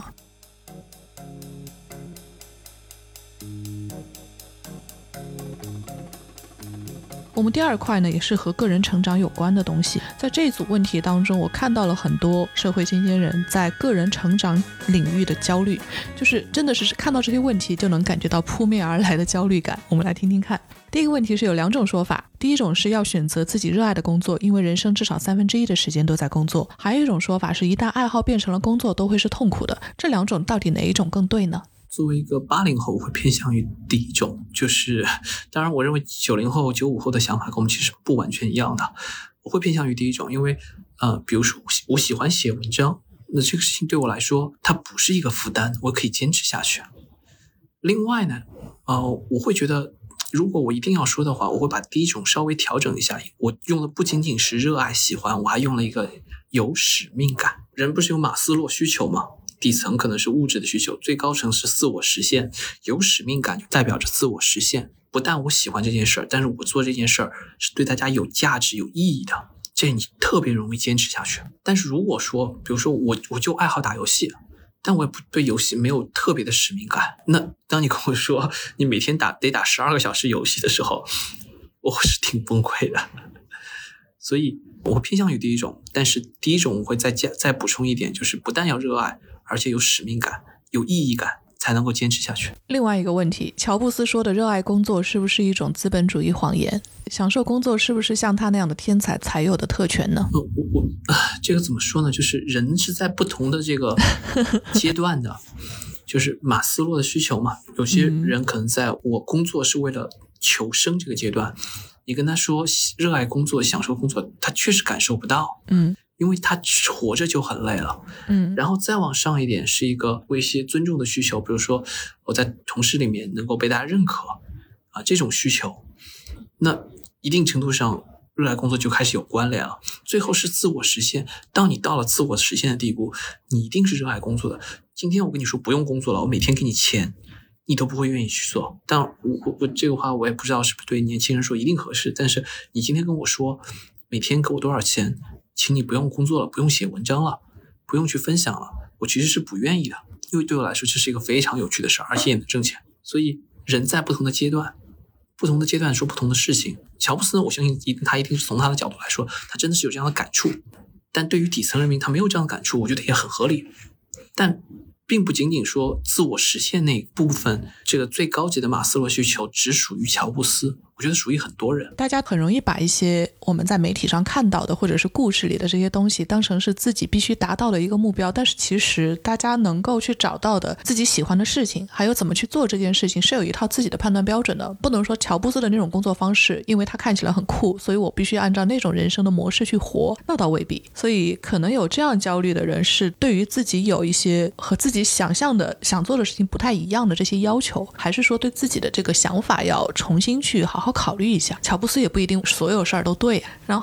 [SPEAKER 1] 我们第二块呢，也是和个人成长有关的东西。在这一组问题当中，我看到了很多社会新鲜人在个人成长领域的焦虑，就是真的是看到这些问题就能感觉到扑面而来的焦虑感。我们来听听看。第一个问题是有两种说法，第一种是要选择自己热爱的工作，因为人生至少三分之一的时间都在工作。还有一种说法是一旦爱好变成了工作都会是痛苦的。这两种到底哪一种更对呢？
[SPEAKER 2] 作为一个八零后，我会偏向于第一种，就是当然我认为九零后九五后的想法跟我们其实不完全一样的，我会偏向于第一种。因为呃，比如说我喜欢写文章，那这个事情对我来说它不是一个负担，我可以坚持下去。另外呢呃，我会觉得如果我一定要说的话，我会把第一种稍微调整一下，我用的不仅仅是热爱喜欢，我还用了一个有使命感。人不是有马斯洛需求吗？底层可能是物质的需求，最高层是自我实现。有使命感就代表着自我实现，不但我喜欢这件事儿，但是我做这件事儿是对大家有价值有意义的，这你特别容易坚持下去。但是如果说比如说我我就爱好打游戏，但我也不对游戏没有特别的使命感，那当你跟我说你每天打得打十二个小时游戏的时候，我是挺崩溃的。所以我会偏向于第一种，但是第一种我会再加再补充一点，就是不但要热爱，而且有使命感有意义感，才能够坚持下去。
[SPEAKER 1] 另外一个问题，乔布斯说的热爱工作是不是一种资本主义谎言？享受工作是不是像他那样的天才才有的特权呢？
[SPEAKER 2] 呃、我我这个怎么说呢，就是人是在不同的这个阶段的就是马斯洛的需求嘛，有些人可能在我工作是为了求生这个阶段，你跟他说热爱工作享受工作，他确实感受不到，
[SPEAKER 1] 嗯，
[SPEAKER 2] 因为他活着就很累了，
[SPEAKER 1] 嗯，
[SPEAKER 2] 然后再往上一点是一个为一些尊重的需求，比如说我在同事里面能够被大家认可啊，这种需求，那一定程度上热爱工作就开始有关联了。最后是自我实现，当你到了自我实现的地步，你一定是热爱工作的。今天我跟你说不用工作了，我每天给你钱，你都不会愿意去做。但我我我这个话我也不知道是不是对年轻人说一定合适，但是你今天跟我说每天给我多少钱，请你不用工作了，不用写文章了，不用去分享了，我其实是不愿意的，因为对我来说这是一个非常有趣的事儿，而且也能挣钱。所以人在不同的阶段不同的阶段说不同的事情。乔布斯呢，我相信他一定是从他的角度来说，他真的是有这样的感触，但对于底层人民他没有这样的感触，我觉得也很合理。但并不仅仅说自我实现那一部分，这个最高级的马斯洛需求只属于乔布斯，我觉得属于很多人。
[SPEAKER 1] 大家很容易把一些我们在媒体上看到的或者是故事里的这些东西当成是自己必须达到的一个目标，但是其实大家能够去找到的自己喜欢的事情，还有怎么去做这件事情，是有一套自己的判断标准的。不能说乔布斯的那种工作方式因为他看起来很酷，所以我必须按照那种人生的模式去活，那倒未必。所以可能有这样焦虑的人是对于自己有一些和自己想象的想做的事情不太一样的这些要求，还是说对自己的这个想法要重新去好好考虑一下。乔布斯也不一定所有事儿都对。然后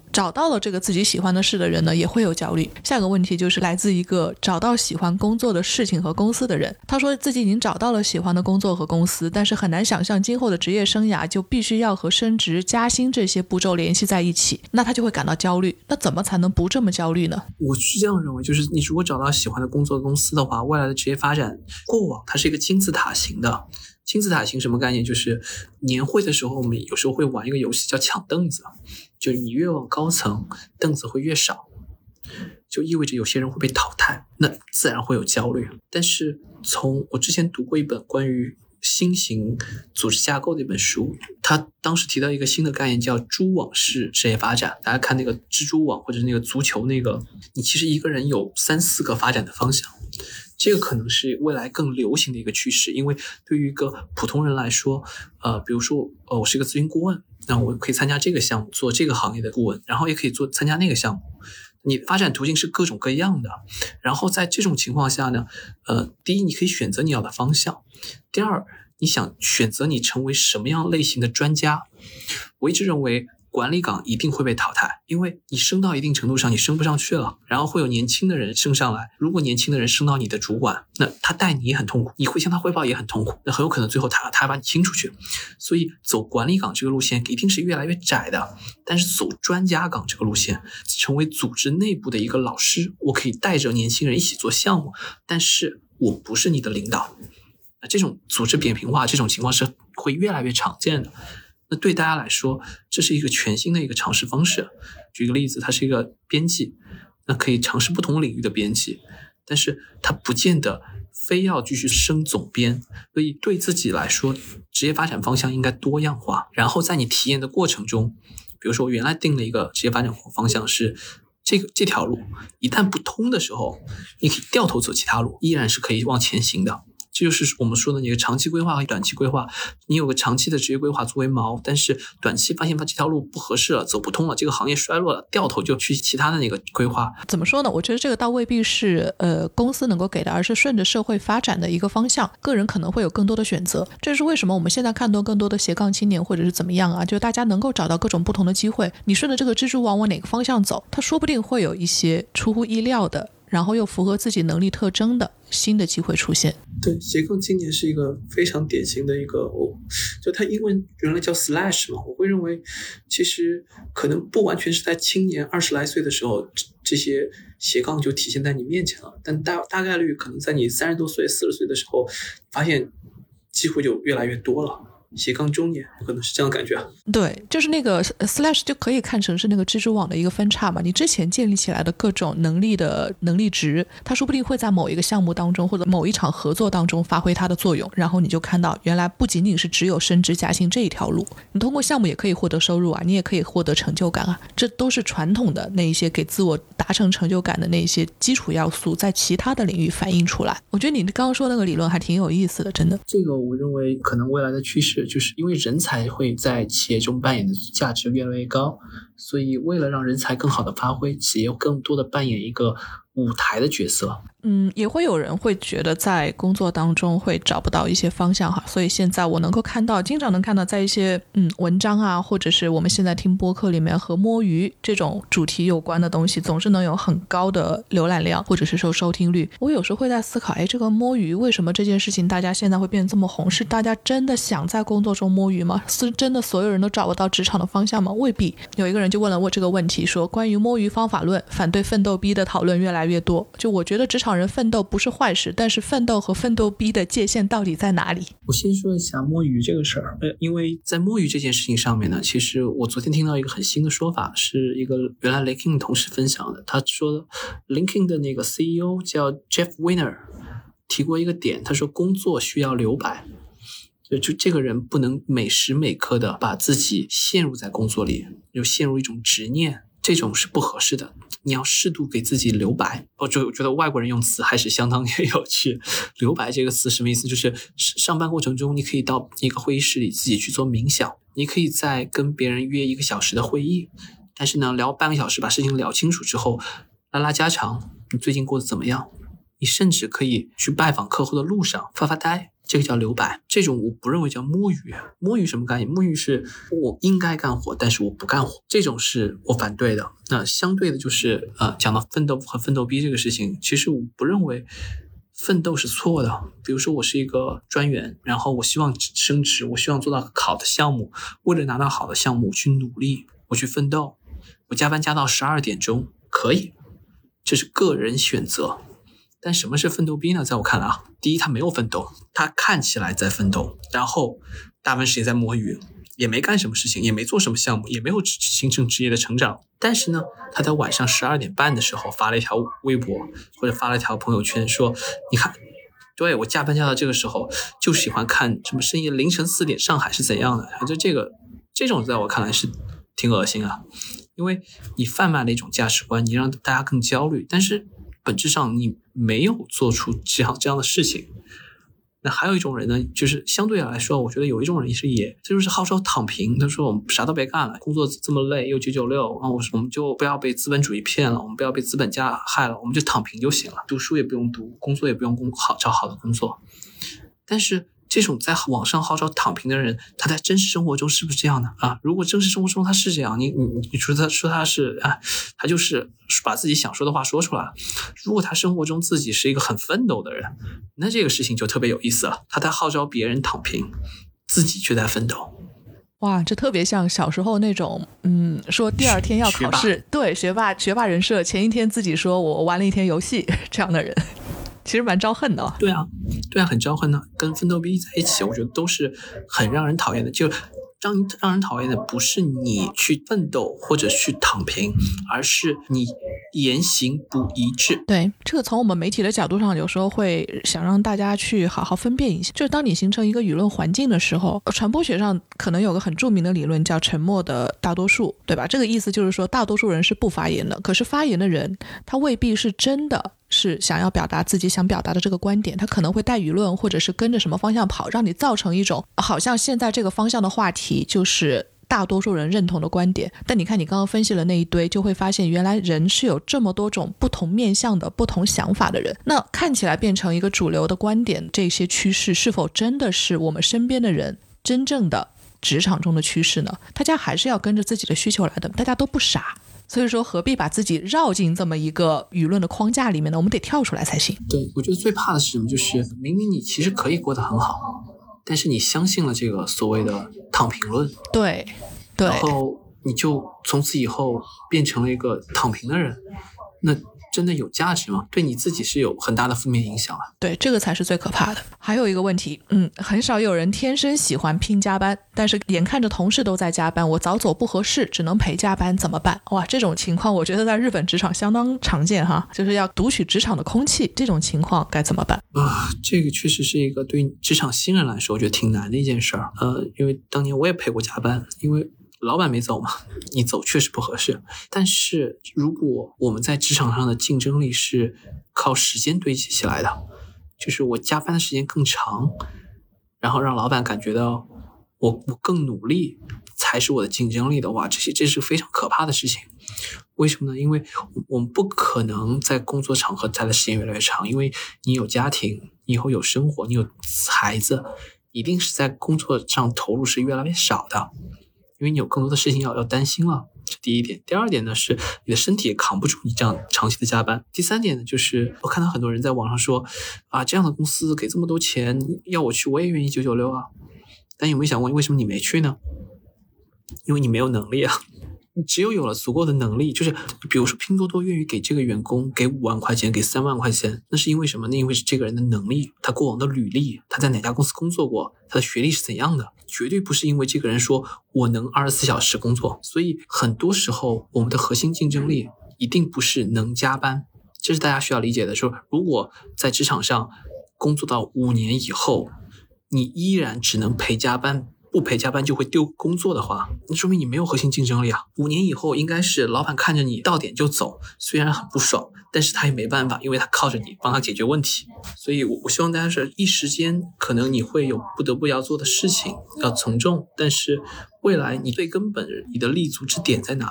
[SPEAKER 1] 找到了这个自己喜欢的事的人呢，也会有焦虑。下个问题就是来自一个找到喜欢工作的事情和公司的人，他说自己已经找到了喜欢的工作和公司，但是很难想象今后的职业生涯就必须要和升职加薪这些步骤联系在一起，那他就会感到焦虑。那怎么才能不这么焦虑呢？
[SPEAKER 2] 我是这样认为，就是你如果找到喜欢的工作公司的话，未来的职业发展过往它是一个金字塔型的。金字塔型什么概念？就是年会的时候我们有时候会玩一个游戏叫抢凳子，就是你越往高层凳子会越少，就意味着有些人会被淘汰，那自然会有焦虑。但是从我之前读过一本关于新型组织架构的一本书，他当时提到一个新的概念叫蛛网式职业发展。大家看那个蜘蛛网或者那个足球，那个你其实一个人有三四个发展的方向，这个可能是未来更流行的一个趋势。因为对于一个普通人来说，呃，比如说呃，我是一个咨询顾问，那我可以参加这个项目做这个行业的顾问，然后也可以做参加那个项目，你发展途径是各种各样的。然后在这种情况下呢，呃，第一你可以选择你要的方向，第二你想选择你成为什么样类型的专家。我一直认为管理岗一定会被淘汰，因为你升到一定程度上你升不上去了，然后会有年轻的人升上来，如果年轻的人升到你的主管，那他带你也很痛苦，你会向他汇报也很痛苦，那很有可能最后他他把你清出去。所以走管理岗这个路线一定是越来越窄的，但是走专家岗这个路线，成为组织内部的一个老师，我可以带着年轻人一起做项目，但是我不是你的领导。这种组织扁平化这种情况是会越来越常见的。那对大家来说，这是一个全新的一个尝试方式。举个例子，他是一个编辑，那可以尝试不同领域的编辑，但是他不见得非要继续升总编。所以对自己来说，职业发展方向应该多样化。然后在你体验的过程中，比如说我原来定了一个职业发展方向是这个这条路，一旦不通的时候，你可以掉头走其他路，依然是可以往前行的。这就是我们说的那个长期规划和短期规划。你有个长期的职业规划作为锚，但是短期发现这条路不合适了，走不通了，这个行业衰落了，掉头就去其他的那个规划。
[SPEAKER 1] 怎么说呢？我觉得这个倒未必是呃公司能够给的，而是顺着社会发展的一个方向，个人可能会有更多的选择。这是为什么我们现在看到更多的斜杠青年或者是怎么样啊，就大家能够找到各种不同的机会，你顺着这个蜘蛛网往哪个方向走，它说不定会有一些出乎意料的，然后又符合自己能力特征的新的机会出现。
[SPEAKER 2] 对，斜杠青年是一个非常典型的一个，哦、就它英文原来叫 slash 嘛，我会认为其实可能不完全是在青年二十来岁的时候，这些斜杠就体现在你面前了，但大大概率可能在你三十多岁、四十岁的时候，发现机会就越来越多了。斜杠中年可能是这样的感觉啊。
[SPEAKER 1] 对，就是那个 slash 就可以看成是那个蜘蛛网的一个分叉嘛，你之前建立起来的各种能力的能力值，它说不定会在某一个项目当中或者某一场合作当中发挥它的作用，然后你就看到原来不仅仅是只有升职加薪这一条路，你通过项目也可以获得收入啊，你也可以获得成就感啊，这都是传统的那一些给自我达成成就感的那一些基础要素在其他的领域反映出来。我觉得你刚刚说那个理论还挺有意思的，真的。
[SPEAKER 2] 这个我认为可能未来的趋势就是因为人才会在企业中扮演的价值越来越高，所以为了让人才更好的发挥，企业更多的扮演一个舞台的角色。
[SPEAKER 1] 嗯，也会有人会觉得在工作当中会找不到一些方向哈，所以现在我能够看到，经常能看到在一些嗯文章啊，或者是我们现在听播客里面和摸鱼这种主题有关的东西，总是能有很高的浏览量或者是收收听率。我有时候会在思考，哎，这个摸鱼为什么这件事情大家现在会变得这么红？是大家真的想在工作中摸鱼吗？是真的所有人都找不到职场的方向吗？未必。有一个人就问了我这个问题，说关于摸鱼方法论，反对奋斗逼的讨论越来越多。就我觉得职场人奋斗不是坏事，但是奋斗和奋斗逼的界限到底在哪里？
[SPEAKER 2] 我先说一下摸鱼这个事儿，呃，因为在摸鱼这件事情上面呢，其实我昨天听到一个很新的说法，是一个原来 LinkedIn 同事分享的。他说 LinkedIn 的那个 C E O 叫 Jeff Weiner 提过一个点，他说工作需要留白，就就这个人不能每时每刻的把自己陷入在工作里，就陷入一种执念，这种是不合适的。你要适度给自己留白。我就觉得外国人用词还是相当有趣。留白这个词什么意思？就是上班过程中你可以到一个会议室里自己去做冥想，你可以在跟别人约一个小时的会议，但是呢聊半个小时把事情聊清楚之后，拉拉家常，你最近过得怎么样？你甚至可以去拜访客户的路上发发呆， 这个叫留白。这种我不认为叫摸鱼。摸鱼什么概念？摸鱼是我应该干活，但是我不干活，这种是我反对的。那相对的就是呃，讲到奋斗和奋斗逼这个事情，其实我不认为奋斗是错的。比如说我是一个专员，然后我希望升职，我希望做到好的项目，为了拿到好的项目我去努力，我去奋斗，我加班加到十二点钟可以，这是个人选择。但什么是奋斗逼呢？在我看来啊，第一，他没有奋斗，他看起来在奋斗，然后大部分时间在摸鱼，也没干什么事情，也没做什么项目，也没有形成职业的成长。但是呢，他在晚上十二点半的时候发了一条微博，或者发了一条朋友圈说，你看，对，我加班加到这个时候就喜欢看什么深夜凌晨四点上海是怎样的。就这个这种在我看来是挺恶心啊，因为你贩卖了一种价值观，你让大家更焦虑，但是本质上你没有做出这样这样的事情。那还有一种人呢，就是相对来说，我觉得有一种人也是也，这就是号召躺平。他说我们啥都别干了，工作这么累又九九六啊，我们就不要被资本主义骗了，我们不要被资本家害了，我们就躺平就行了，读书也不用读，工作也不用工好找好的工作。但是这种在网上号召躺平的人，他在真实生活中是不是这样的啊？如果真实生活中他是这样，你你你说他说他是啊，他就是把自己想说的话说出来了。如果他生活中自己是一个很奋斗的人，那这个事情就特别有意思了。他在号召别人躺平，自己却在奋斗。
[SPEAKER 1] 哇，这特别像小时候那种，嗯，说第二天要考试，对，学霸学霸人设，前一天自己说我玩了一天游戏这样的人。其实蛮招恨的。
[SPEAKER 2] 对啊，对啊，很招恨的。跟奋斗逼在一起，我觉得都是很让人讨厌的。就让让人讨厌的不是你去奋斗或者去躺平，而是你言行不一致。
[SPEAKER 1] 对，这个从我们媒体的角度上，有时候会想让大家去好好分辨一下。就是当你形成一个舆论环境的时候，传播学上可能有个很著名的理论叫沉默的大多数，对吧？这个意思就是说，大多数人是不发言的，可是发言的人他未必是真的是想要表达自己想表达的这个观点，他可能会带舆论，或者是跟着什么方向跑，让你造成一种好像现在这个方向的话题就是大多数人认同的观点。但你看你刚刚分析了那一堆，就会发现原来人是有这么多种不同面向的不同想法的人，那看起来变成一个主流的观点，这些趋势是否真的是我们身边的人真正的职场中的趋势呢？大家还是要跟着自己的需求来的，大家都不傻，所以说何必把自己绕进这么一个舆论的框架里面呢？我们得跳出来才行。
[SPEAKER 2] 对，我觉得最怕的是什么？就是明明你其实可以过得很好，但是你相信了这个所谓的躺平论，
[SPEAKER 1] 对对，
[SPEAKER 2] 然后你就从此以后变成了一个躺平的人，那真的有价值吗？对你自己是有很大的负面影响啊。
[SPEAKER 1] 对，这个才是最可怕的。还有一个问题，嗯，很少有人天生喜欢拼加班，但是眼看着同事都在加班，我早走不合适，只能陪加班，怎么办？哇，这种情况我觉得在日本职场相当常见哈，就是要读取职场的空气，这种情况该怎么办
[SPEAKER 2] 啊？这个确实是一个对职场新人来说，我觉得挺难的一件事儿。呃，因为当年我也陪过加班，因为老板没走嘛，你走确实不合适。但是如果我们在职场上的竞争力是靠时间堆积起来的，就是我加班的时间更长，然后让老板感觉到我我更努力才是我的竞争力的话，这些这是非常可怕的事情。为什么呢？因为我们不可能在工作场合待的时间越来越长，因为你有家庭，你以后有生活，你有孩子，一定是在工作上投入是越来越少的。因为你有更多的事情要要担心了，这第一点。第二点呢，是你的身体也扛不住你这样长期的加班。第三点呢，就是我看到很多人在网上说啊，这样的公司给这么多钱，要我去我也愿意九九六啊。但有没有想过，为什么你没去呢？因为你没有能力啊。你只有有了足够的能力，就是比如说拼多多愿意给这个员工给五万块钱，给三万块钱，那是因为什么？那因为是这个人的能力，他过往的履历，他在哪家公司工作过，他的学历是怎样的，绝对不是因为这个人说我能二十四小时工作。所以很多时候我们的核心竞争力一定不是能加班，这是大家需要理解的。说如果在职场上工作到五年以后，你依然只能陪加班，不陪加班就会丢工作的话，那说明你没有核心竞争力啊。五年以后应该是老板看着你到点就走，虽然很不爽，但是他也没办法，因为他靠着你帮他解决问题。所以我希望大家是一时间可能你会有不得不要做的事情，要从众，但是未来你最根本你的立足之点在哪里？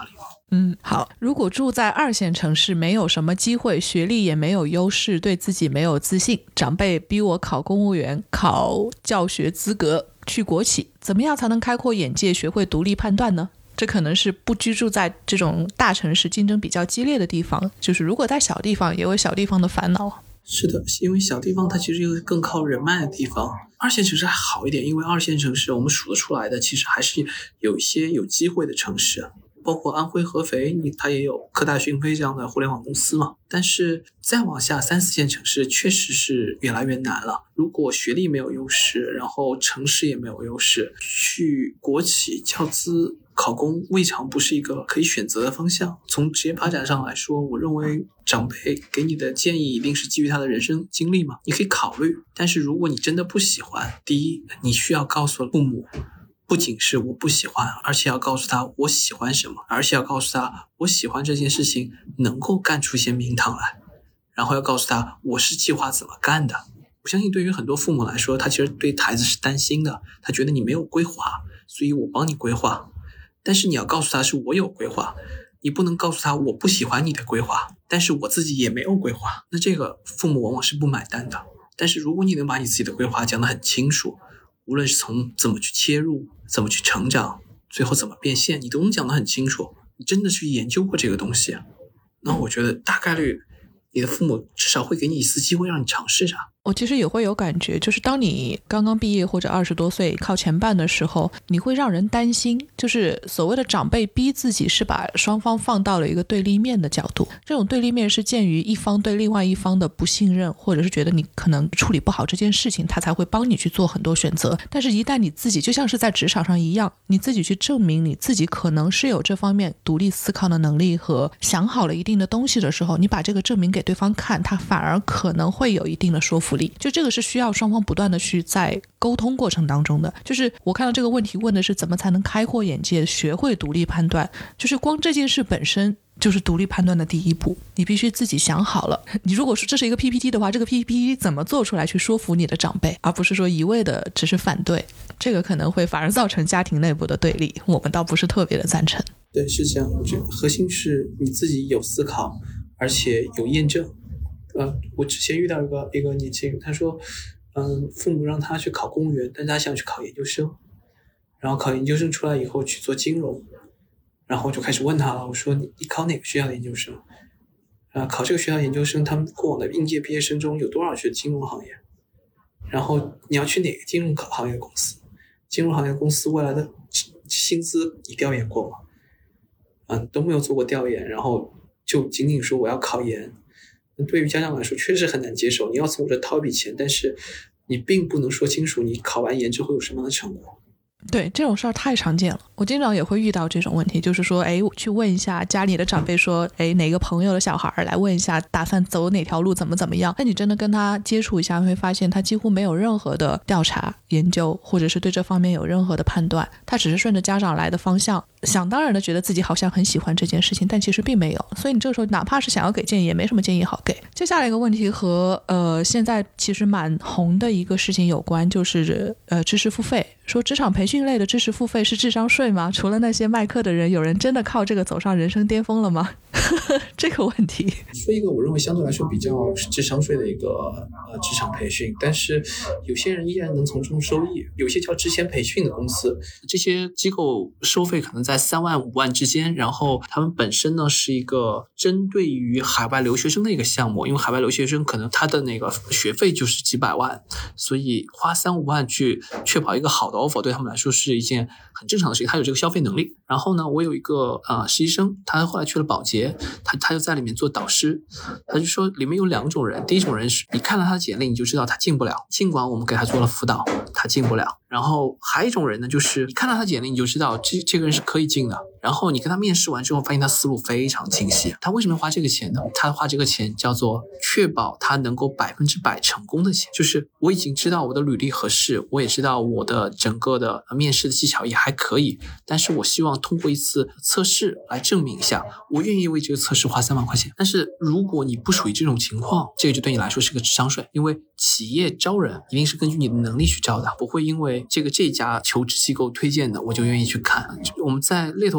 [SPEAKER 1] 嗯，好。如果住在二线城市，没有什么机会，学历也没有优势，对自己没有自信，长辈逼我考公务员，考教学资格，去国企，怎么样才能开阔眼界，学会独立判断呢？这可能是不居住在这种大城市竞争比较激烈的地方，就是如果在小地方也有小地方的烦恼。
[SPEAKER 2] 是的，因为小地方它其实又更靠人脉的地方，二线城市还好一点，因为二线城市我们数得出来的其实还是有一些有机会的城市，包括安徽合肥，你它也有科大讯飞这样的互联网公司嘛。但是再往下三四线城市确实是越来越难了。如果学历没有优势，然后城市也没有优势，去国企教资考公未尝不是一个可以选择的方向。从职业发展上来说，我认为长辈给你的建议一定是基于他的人生经历嘛，你可以考虑。但是如果你真的不喜欢，第一，你需要告诉父母，不仅是我不喜欢，而且要告诉他我喜欢什么，而且要告诉他我喜欢这件事情能够干出些名堂来，然后要告诉他我是计划怎么干的。我相信对于很多父母来说，他其实对孩子是担心的，他觉得你没有规划，所以我帮你规划。但是你要告诉他是我有规划，你不能告诉他我不喜欢你的规划，但是我自己也没有规划，那这个父母往往是不买单的。但是如果你能把你自己的规划讲得很清楚，无论是从怎么去切入，怎么去成长，最后怎么变现，你都能讲得很清楚，你真的去研究过这个东西，那我觉得大概率你的父母至少会给你一次机会让你尝试着。
[SPEAKER 1] 我其实也会有感觉，就是当你刚刚毕业或者二十多岁靠前半的时候，你会让人担心，就是所谓的长辈逼自己是把双方放到了一个对立面的角度，这种对立面是鉴于一方对另外一方的不信任，或者是觉得你可能处理不好这件事情，他才会帮你去做很多选择。但是一旦你自己就像是在职场上一样，你自己去证明你自己可能是有这方面独立思考的能力和想好了一定的东西的时候，你把这个证明给对方看，他反而可能会有一定的说服力。就这个是需要双方不断的去在沟通过程当中的。就是我看到这个问题问的是怎么才能开阔眼界，学会独立判断，就是光这件事本身就是独立判断的第一步，你必须自己想好了。你如果说这是一个 P P T 的话，这个 P P T 怎么做出来去说服你的长辈，而不是说一味的只是反对，这个可能会反而造成家庭内部的对立，我们倒不是特别的赞成。
[SPEAKER 2] 对，是这样，我觉得核心是你自己有思考，而且有验证。呃，我之前遇到一个一个年轻人，他说，嗯，父母让他去考公务员，但他想去考研究生，然后考研究生出来以后去做金融，然后就开始问他了，我说你你考哪个学校的研究生？啊，考这个学校研究生，他们过往的应届毕业生中有多少学金融行业？然后你要去哪个金融行业的公司？金融行业公司未来的薪资你调研过吗？嗯，都没有做过调研，然后就仅仅说我要考研。对于家长来说确实很难接受，你要从我这掏一笔钱，但是你并不能说清楚你考完研之后有什么样的成果。
[SPEAKER 1] 对，这种事儿太常见了，我经常也会遇到这种问题，就是说哎，去问一下家里的长辈说，哎，哪个朋友的小孩来问一下打算走哪条路怎么怎么样，那你真的跟他接触一下会发现他几乎没有任何的调查研究，或者是对这方面有任何的判断，他只是顺着家长来的方向想当然的觉得自己好像很喜欢这件事情，但其实并没有，所以你这个时候哪怕是想要给建议也没什么建议好给。接下来一个问题和呃现在其实蛮红的一个事情有关，就是呃知识付费，说职场培训类的知识付费是智商税吗？除了那些卖课的人，有人真的靠这个走上人生巅峰了吗？这个问题
[SPEAKER 2] 说一个我认为相对来说比较智商税的一个呃职场培训，但是有些人依然能从中收益。有些叫之前培训的公司，这些机构收费可能在三万五万之间，然后他们本身呢是一个针对于海外留学生的一个项目，因为海外留学生可能他的那个学费就是几百万，所以花三五万去确保一个好的 offer 对他们来说是一件很正常的事情，他有这个消费能力。然后呢，我有一个呃实习生，他后来去了保洁，他他就在里面做导师，他就说里面有两种人，第一种人是你看到他的简历你就知道他进不了，尽管我们给他做了辅导，他进不了。然后还有一种人呢，就是你看到他简历你就知道这这个人是可以进的，然后你跟他面试完之后发现他思路非常清晰。他为什么花这个钱呢？他花这个钱叫做确保他能够百分之百成功的钱，就是我已经知道我的履历合适，我也知道我的整个的面试的技巧也还可以，但是我希望通过一次测试来证明一下，我愿意为这个测试花三万块钱。但是如果你不属于这种情况，这个就对你来说是个智商税，因为企业招人一定是根据你的能力去招的，不会因为这个这家求职机构推荐的我就愿意去看。我们在猎头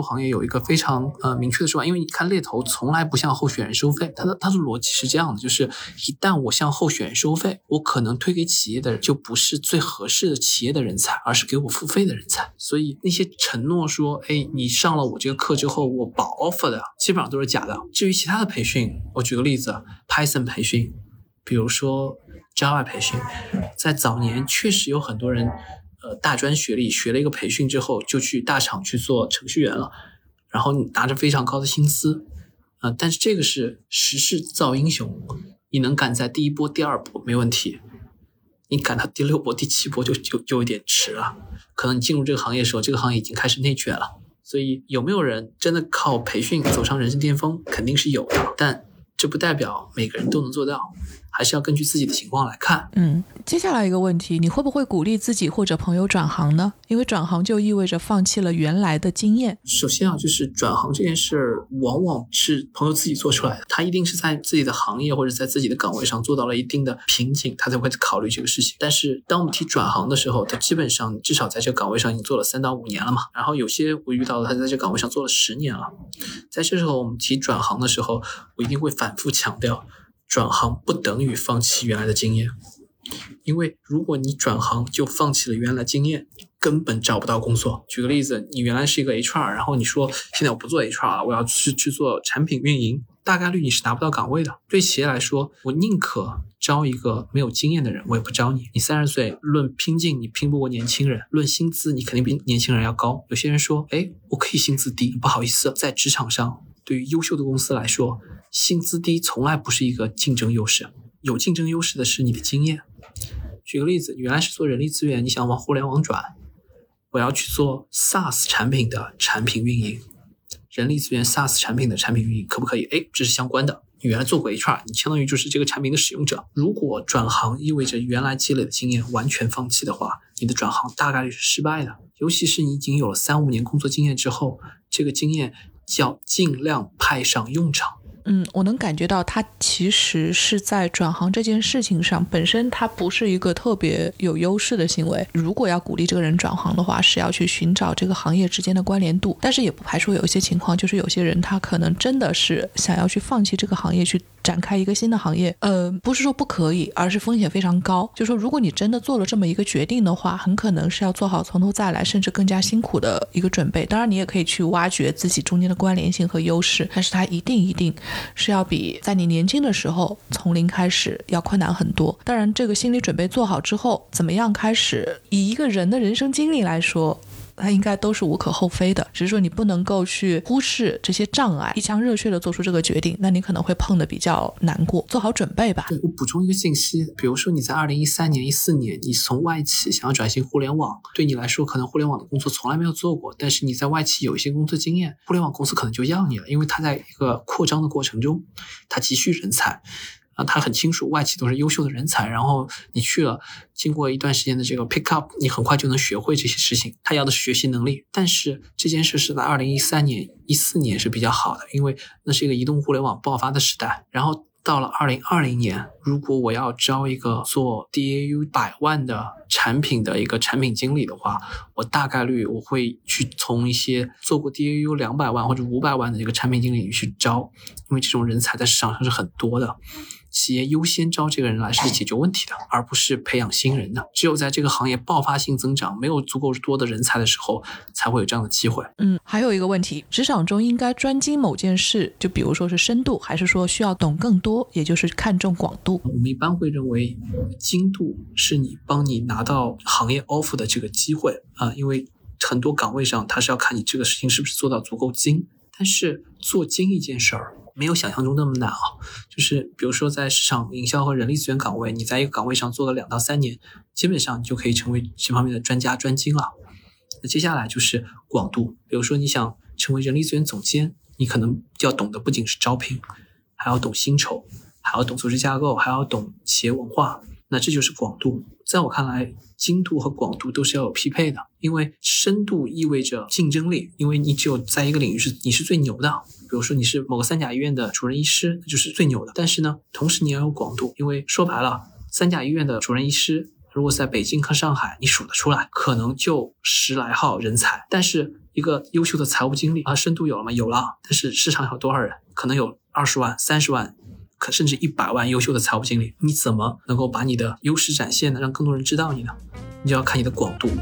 [SPEAKER 2] 行业有一个非常呃明确的说法，因为你看猎头从来不向候选人收费，它的它的逻辑是这样的，就是一旦我向候选人收费，我可能推给企业的就不是最合适的企业的人才，而是给我付费的人才。所以那些承诺说，哎，你上了我这个课之后我保 offer 的，基本上都是假的。至于其他的培训，我举个例子 Python 培训，比如说 Java 培训，在早年确实有很多人呃，大专学历学了一个培训之后就去大厂去做程序员了，然后你拿着非常高的薪资，呃，但是这个是时势造英雄，你能赶在第一波第二波没问题，你赶到第六波第七波就就就有点迟了，可能你进入这个行业的时候这个行业已经开始内卷了。所以有没有人真的靠培训走上人生巅峰，肯定是有的，但这不代表每个人都能做到，还是要根据自己的情况来看。
[SPEAKER 1] 嗯，接下来一个问题，你会不会鼓励自己或者朋友转行呢？因为转行就意味着放弃了原来的经验。
[SPEAKER 2] 首先啊，就是转行这件事往往是朋友自己做出来的，他一定是在自己的行业或者在自己的岗位上做到了一定的瓶颈，他才会考虑这个事情。但是当我们提转行的时候，他基本上至少在这个岗位上已经做了三到五年了嘛，然后有些我遇到的他在这个岗位上做了十年了。在这时候我们提转行的时候，我一定会反复强调，转行不等于放弃原来的经验，因为如果你转行就放弃了原来经验，根本找不到工作。举个例子，你原来是一个 H R， 然后你说现在我不做 H R 了，我要去去做产品运营，大概率你是拿不到岗位的。对企业来说，我宁可招一个没有经验的人，我也不招你。你三十岁论拼劲，你拼不过年轻人；论薪资，你肯定比年轻人要高。有些人说，哎，我可以薪资低，不好意思，在职场上对于优秀的公司来说，薪资低从来不是一个竞争优势，有竞争优势的是你的经验。举个例子，你原来是做人力资源，你想往互联网转，我要去做 SaaS 产品的产品运营，人力资源 SaaS 产品的产品运营可不可以？诶，这是相关的。你原来做过 H R， 你相当于就是这个产品的使用者。如果转行意味着原来积累的经验完全放弃的话，你的转行大概率是失败的。尤其是你已经有了三五年工作经验之后，这个经验要尽量派上用场。
[SPEAKER 1] 嗯，我能感觉到他其实是在转行这件事情上，本身他不是一个特别有优势的行为。如果要鼓励这个人转行的话，是要去寻找这个行业之间的关联度，但是也不排除有一些情况，就是有些人他可能真的是想要去放弃这个行业，去展开一个新的行业。呃，不是说不可以，而是风险非常高。就说如果你真的做了这么一个决定的话，很可能是要做好从头再来，甚至更加辛苦的一个准备。当然你也可以去挖掘自己中间的关联性和优势，但是它一定一定是要比在你年轻的时候从零开始要困难很多。当然这个心理准备做好之后，怎么样开始，以一个人的人生经历来说，它应该都是无可厚非的，只是说你不能够去忽视这些障碍，一腔热血的做出这个决定，那你可能会碰得比较难过，做好准备吧。
[SPEAKER 2] 对，我补充一个信息，比如说你在二零一三年、一四年，你从外企想要转型互联网，对你来说可能互联网的工作从来没有做过，但是你在外企有一些工作经验，互联网公司可能就要你了，因为它在一个扩张的过程中，它急需人才。啊，他很清楚外企都是优秀的人才，然后你去了，经过一段时间的这个 pick up， 你很快就能学会这些事情，他要的是学习能力。但是这件事是在二零一三年、一四年是比较好的，因为那是一个移动互联网爆发的时代。然后到了二零二零年，如果我要招一个做 D A U 百万的产品的一个产品经理的话，我大概率我会去从一些做过 D A U 两百万或者五百万的这个产品经理去招，因为这种人才在市场上是很多的。企业优先招这个人来是解决问题的，而不是培养新人的。只有在这个行业爆发性增长，没有足够多的人才的时候，才会有这样的机会。
[SPEAKER 1] 嗯，还有一个问题，职场中应该专精某件事，就比如说是深度，还是说需要懂更多，也就是看重广度？
[SPEAKER 2] 我们一般会认为精度是你帮你拿到行业 offer 的这个机会啊，因为很多岗位上它是要看你这个事情是不是做到足够精，但是做精一件事儿没有想象中那么难啊。就是比如说在市场营销和人力资源岗位，你在一个岗位上做个两到三年，基本上你就可以成为这方面的专家专精了。那接下来就是广度，比如说你想成为人力资源总监，你可能要懂的不仅是招聘，还要懂薪酬，还要懂组织架构，还要懂企业文化，那这就是广度。在我看来，精度和广度都是要有匹配的，因为深度意味着竞争力，因为你只有在一个领域是你是最牛的，比如说你是某个三甲医院的主任医师，那就是最牛的。但是呢，同时你要有广度，因为说白了，三甲医院的主任医师如果在北京和上海你数得出来，可能就十来号人才，但是一一个优秀的财务经理啊，深度有了吗？有了，但是市场上有多少人？可能有二十万、三十万，可甚至一百万优秀的财务经理，你怎么能够把你的优势展现呢？让更多人知道你呢？你就要看你的广度。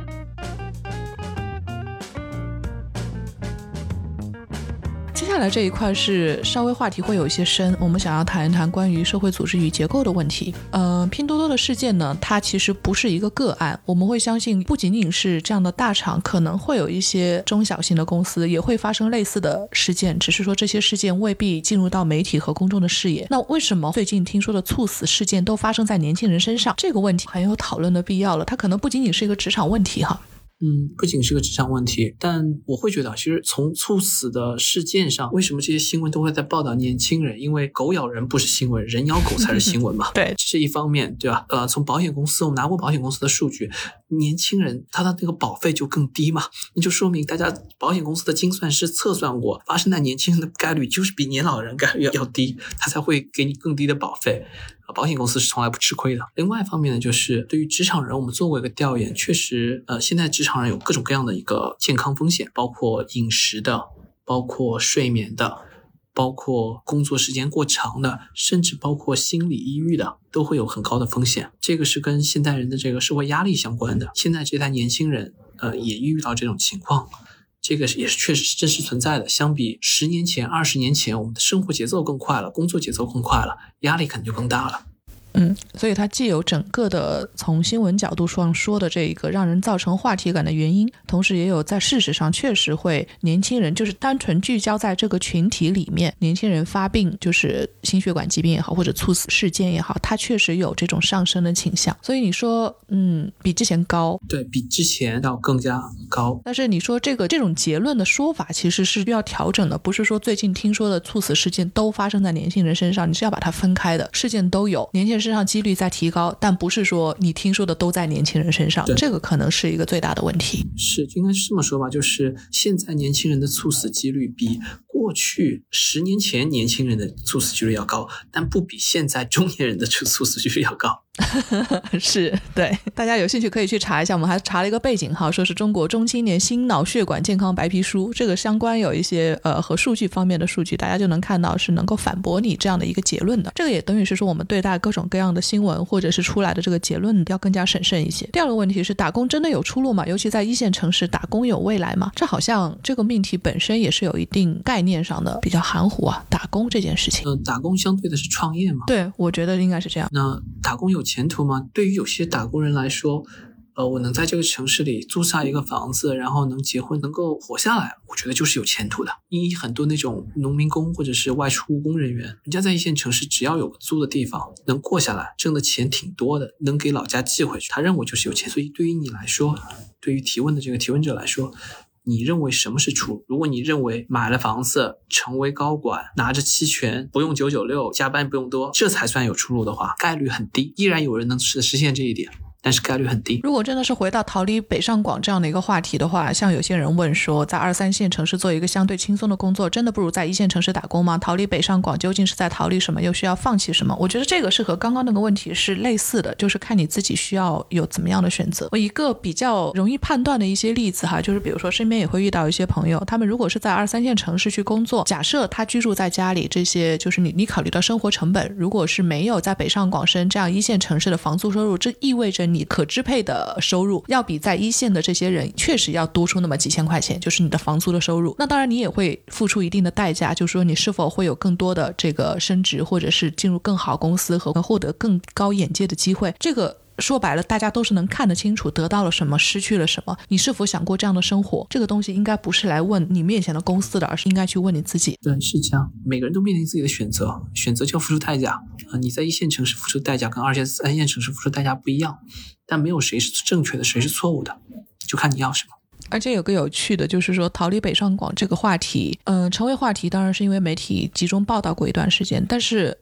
[SPEAKER 1] 接下来这一块是稍微话题会有一些深，我们想要谈一谈关于社会组织与结构的问题。呃，拼多多的事件呢，它其实不是一个个案，我们会相信不仅仅是这样的大厂，可能会有一些中小型的公司也会发生类似的事件，只是说这些事件未必进入到媒体和公众的视野。那为什么最近听说的猝死事件都发生在年轻人身上？这个问题很有讨论的必要了，它可能不仅仅是一个职场问题哈。
[SPEAKER 2] 嗯，不仅是个职场问题，但我会觉得其实从猝死的事件上，为什么这些新闻都会在报道年轻人？因为狗咬人不是新闻，人咬狗才是新闻嘛。
[SPEAKER 1] 对，
[SPEAKER 2] 这是一方面，对吧？呃，从保险公司，我们拿过保险公司的数据，年轻人他的那个保费就更低嘛，那就说明大家保险公司的精算师测算过，发生在年轻人的概率就是比年老人概率要低，他才会给你更低的保费。保险公司是从来不吃亏的。另外一方面呢，就是对于职场人，我们做过一个调研，确实，呃，现在职场人有各种各样的一个健康风险，包括饮食的，包括睡眠的，包括工作时间过长的，甚至包括心理抑郁的，都会有很高的风险。这个是跟现代人的这个社会压力相关的。现在这代年轻人，呃，也遇到这种情况。这个也是确实是真实存在的。相比十年前、二十年前，我们的生活节奏更快了，工作节奏更快了，压力可能就更大了。
[SPEAKER 1] 嗯，所以它既有整个的从新闻角度上说的这个让人造成话题感的原因，同时也有在事实上确实会年轻人就是单纯聚焦在这个群体里面，年轻人发病就是心血管疾病也好，或者猝死事件也好，它确实有这种上升的倾向。所以你说嗯，比之前高，
[SPEAKER 2] 对，比之前要更加高。
[SPEAKER 1] 但是你说这个这种结论的说法其实是需要调整的，不是说最近听说的猝死事件都发生在年轻人身上，你是要把它分开的，事件都有，年轻人身上几率在提高，但不是说你听说的都在年轻人身上，这个可能是一个最大的问题。
[SPEAKER 2] 是，应该是这么说吧，就是现在年轻人的猝死几率比过去十年前年轻人的猝死几率要高，但不比现在中年人的猝死几率要高。
[SPEAKER 1] 是，对，大家有兴趣可以去查一下，我们还查了一个背景号，说是中国中青年心脑血管健康白皮书，这个相关有一些呃和数据方面的数据，大家就能看到是能够反驳你这样的一个结论的。这个也等于是说我们对待各种各样的新闻或者是出来的这个结论要更加审慎一些。第二个问题是，打工真的有出路吗？尤其在一线城市，打工有未来吗？这好像这个命题本身也是有一定概念上的比较含糊啊，打工这件事情。
[SPEAKER 2] 嗯、呃，打工相对的是创业嘛？
[SPEAKER 1] 对，我觉得应该是这样。
[SPEAKER 2] 那打工有前途吗？对于有些打工人来说，呃，我能在这个城市里租下一个房子，然后能结婚，能够活下来，我觉得就是有前途的。因为很多那种农民工或者是外出务工人员，人家在一线城市只要有个租的地方，能过下来，挣的钱挺多的，能给老家寄回去，他认为就是有钱。所以对于你来说，对于提问的这个提问者来说，你认为什么是出路？如果你认为买了房子，成为高管，拿着期权，不用九九六，加班不用多，这才算有出路的话，概率很低。依然有人能实现这一点，但是概率很低。
[SPEAKER 1] 如果真的是回到逃离北上广这样的一个话题的话，像有些人问说，在二三线城市做一个相对轻松的工作，真的不如在一线城市打工吗？逃离北上广究竟是在逃离什么，又需要放弃什么？我觉得这个是和刚刚那个问题是类似的，就是看你自己需要有怎么样的选择。我一个比较容易判断的一些例子哈，就是比如说身边也会遇到一些朋友，他们如果是在二三线城市去工作，假设他居住在家里，这些就是你你考虑到生活成本，如果是没有在北上广深这样一线城市的房租收入，这意味着你可支配的的收入要比在一线的这些人确实要多出那么几千块钱，就是你的房租的收入。那当然你也会付出一定的代价，就是说你是否会有更多的这个升职，或者是进入更好公司和获得更高眼界的机会。这个说白了大家都是能看得清楚得到了什么失去了什么，你是否想过这样的生活，这个东西应该不是来问你面前的公司的，而是应该去问你自己。
[SPEAKER 2] 对，是这样，每个人都面临自己的选择，选择就要付出代价、呃、你在一线城市付出代价跟二线三线城市付出代价不一样，但没有谁是正确的谁是错误的，就看你要什么。
[SPEAKER 1] 而且有个有趣的就是说，逃离北上广这个话题嗯、呃，成为话题当然是因为媒体集中报道过一段时间，但是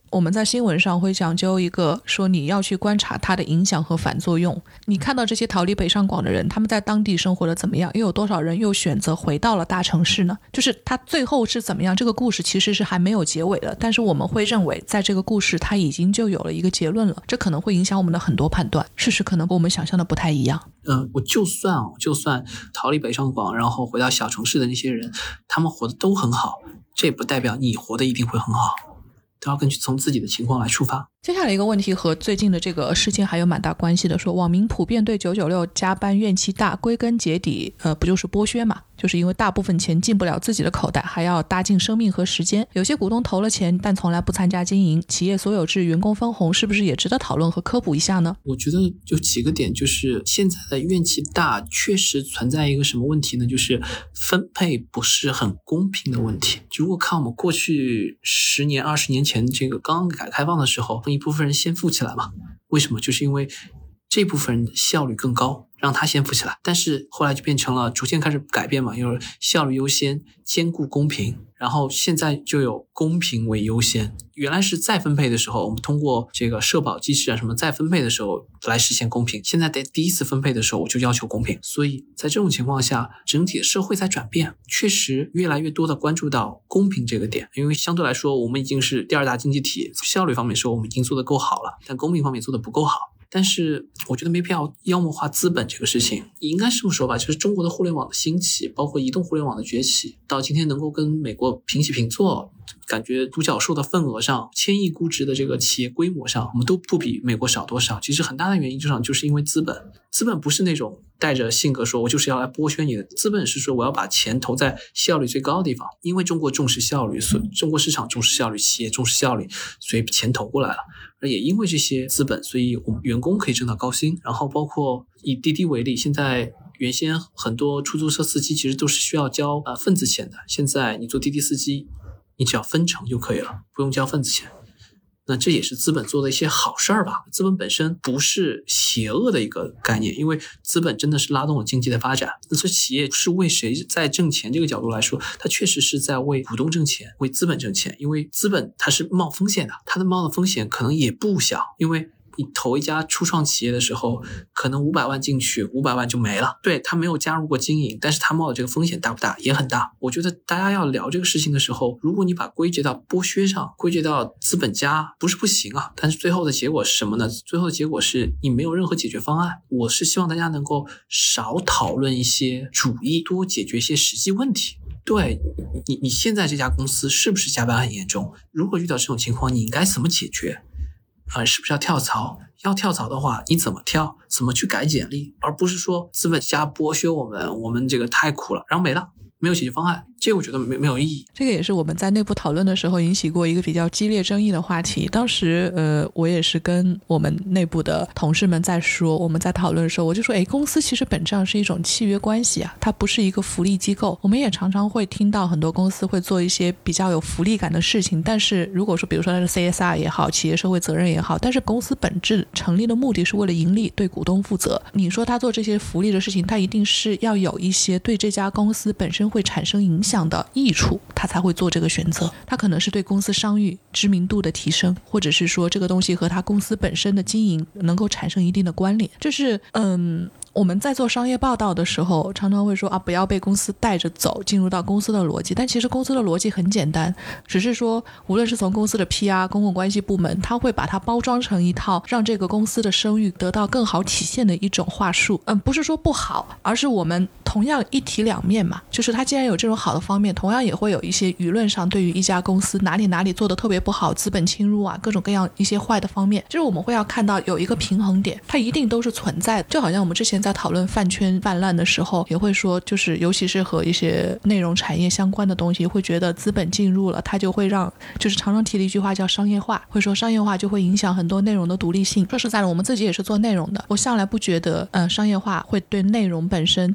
[SPEAKER 1] 我们在新闻上会讲究一个说你要去观察它的影响和反作用。你看到这些逃离北上广的人，他们在当地生活的怎么样，又有多少人又选择回到了大城市呢？就是他最后是怎么样，这个故事其实是还没有结尾的，但是我们会认为在这个故事它已经就有了一个结论了，这可能会影响我们的很多判断，事实可能跟我们想象的不太一样。
[SPEAKER 2] 嗯、呃，我就算哦，就算逃离北上广然后回到小城市的那些人，他们活得都很好，这也不代表你活得一定会很好，都要根据从自己的情况来出发。
[SPEAKER 1] 接下来一个问题和最近的这个事件还有蛮大关系的，说网民普遍对九九六加班怨气大，归根结底呃，不就是剥削嘛，就是因为大部分钱进不了自己的口袋，还要搭进生命和时间。有些股东投了钱但从来不参加经营，企业所有制员工分红是不是也值得讨论和科普一下呢？
[SPEAKER 2] 我觉得有几个点，就是现在的怨气大确实存在一个什么问题呢，就是分配不是很公平的问题。如果看我们过去十年二十年前这个刚刚改革开放的时候，一部分人先富起来嘛，为什么？就是因为这部分人的效率更高，让他先富起来。但是后来就变成了逐渐开始改变嘛，就是效率优先，兼顾公平，然后现在就有公平为优先。原来是再分配的时候，我们通过这个社保机制啊什么再分配的时候来实现公平，现在在第一次分配的时候我就要求公平。所以在这种情况下，整体的社会在转变，确实越来越多的关注到公平这个点。因为相对来说我们已经是第二大经济体，效率方面说我们已经做得够好了，但公平方面做得不够好。但是我觉得没必要妖魔化资本这个事情，应该是这么说吧，就是中国的互联网的兴起，包括移动互联网的崛起，到今天能够跟美国平起平坐，感觉独角兽的份额上，千亿估值的这个企业规模上，我们都不比美国少多少。其实很大的原因上就是因为资本，资本不是那种带着性格说我就是要来剥削你的，资本是说我要把钱投在效率最高的地方。因为中国重视效率，所以中国市场重视效率，企业重视效率，所以钱投过来了。而也因为这些资本，所以我们员工可以挣到高薪。然后包括以滴滴为例，现在原先很多出租车司机其实都是需要交呃份子钱的，现在你做滴滴司机你只要分成就可以了，不用交份子钱。那这也是资本做的一些好事儿吧。资本本身不是邪恶的一个概念，因为资本真的是拉动了经济的发展。那这企业是为谁在挣钱这个角度来说，它确实是在为股东挣钱，为资本挣钱。因为资本它是冒风险的，它的冒的风险可能也不小，因为你投一家初创企业的时候，可能五百万进去，五百万就没了。对，他没有加入过经营，但是他冒的这个风险大不大？也很大。我觉得大家要聊这个事情的时候，如果你把归结到剥削上，归结到资本家，不是不行啊，但是最后的结果是什么呢？最后的结果是你没有任何解决方案。我是希望大家能够少讨论一些主义，多解决一些实际问题。对，你你现在这家公司是不是加班很严重？如果遇到这种情况，你应该怎么解决？呃，是不是要跳槽？要跳槽的话，你怎么跳？怎么去改简历？而不是说资本家剥削我们，我们这个太苦了，然后没了，没有解决方案。这个我觉得没没有意义。
[SPEAKER 1] 这个也是我们在内部讨论的时候引起过一个比较激烈争议的话题。当时呃，我也是跟我们内部的同事们在说，我们在讨论的时候，我就说，哎，公司其实本质上是一种契约关系啊，它不是一个福利机构。我们也常常会听到很多公司会做一些比较有福利感的事情，但是如果说比如说它是 C S R 也好，企业社会责任也好，但是公司本质成立的目的是为了盈利，对股东负责。你说他做这些福利的事情，他一定是要有一些对这家公司本身会产生影响的益处，他才会做这个选择。他可能是对公司商誉知名度的提升，或者是说这个东西和他公司本身的经营能够产生一定的关联。这是嗯我们在做商业报道的时候常常会说啊，不要被公司带着走，进入到公司的逻辑。但其实公司的逻辑很简单，只是说无论是从公司的 P R 公共关系部门，他会把它包装成一套让这个公司的声誉得到更好体现的一种话术。嗯，不是说不好，而是我们同样一体两面嘛，就是它既然有这种好的方面，同样也会有一些舆论上对于一家公司哪里哪里做的特别不好，资本侵入啊，各种各样一些坏的方面，就是我们会要看到有一个平衡点，它一定都是存在的。就好像我们之前在讨论饭圈泛滥的时候，也会说，就是尤其是和一些内容产业相关的东西，会觉得资本进入了，它就会让，就是常常提的一句话叫商业化，会说商业化就会影响很多内容的独立性。说实在的，我们自己也是做内容的，我向来不觉得呃商业化会对内容本身造成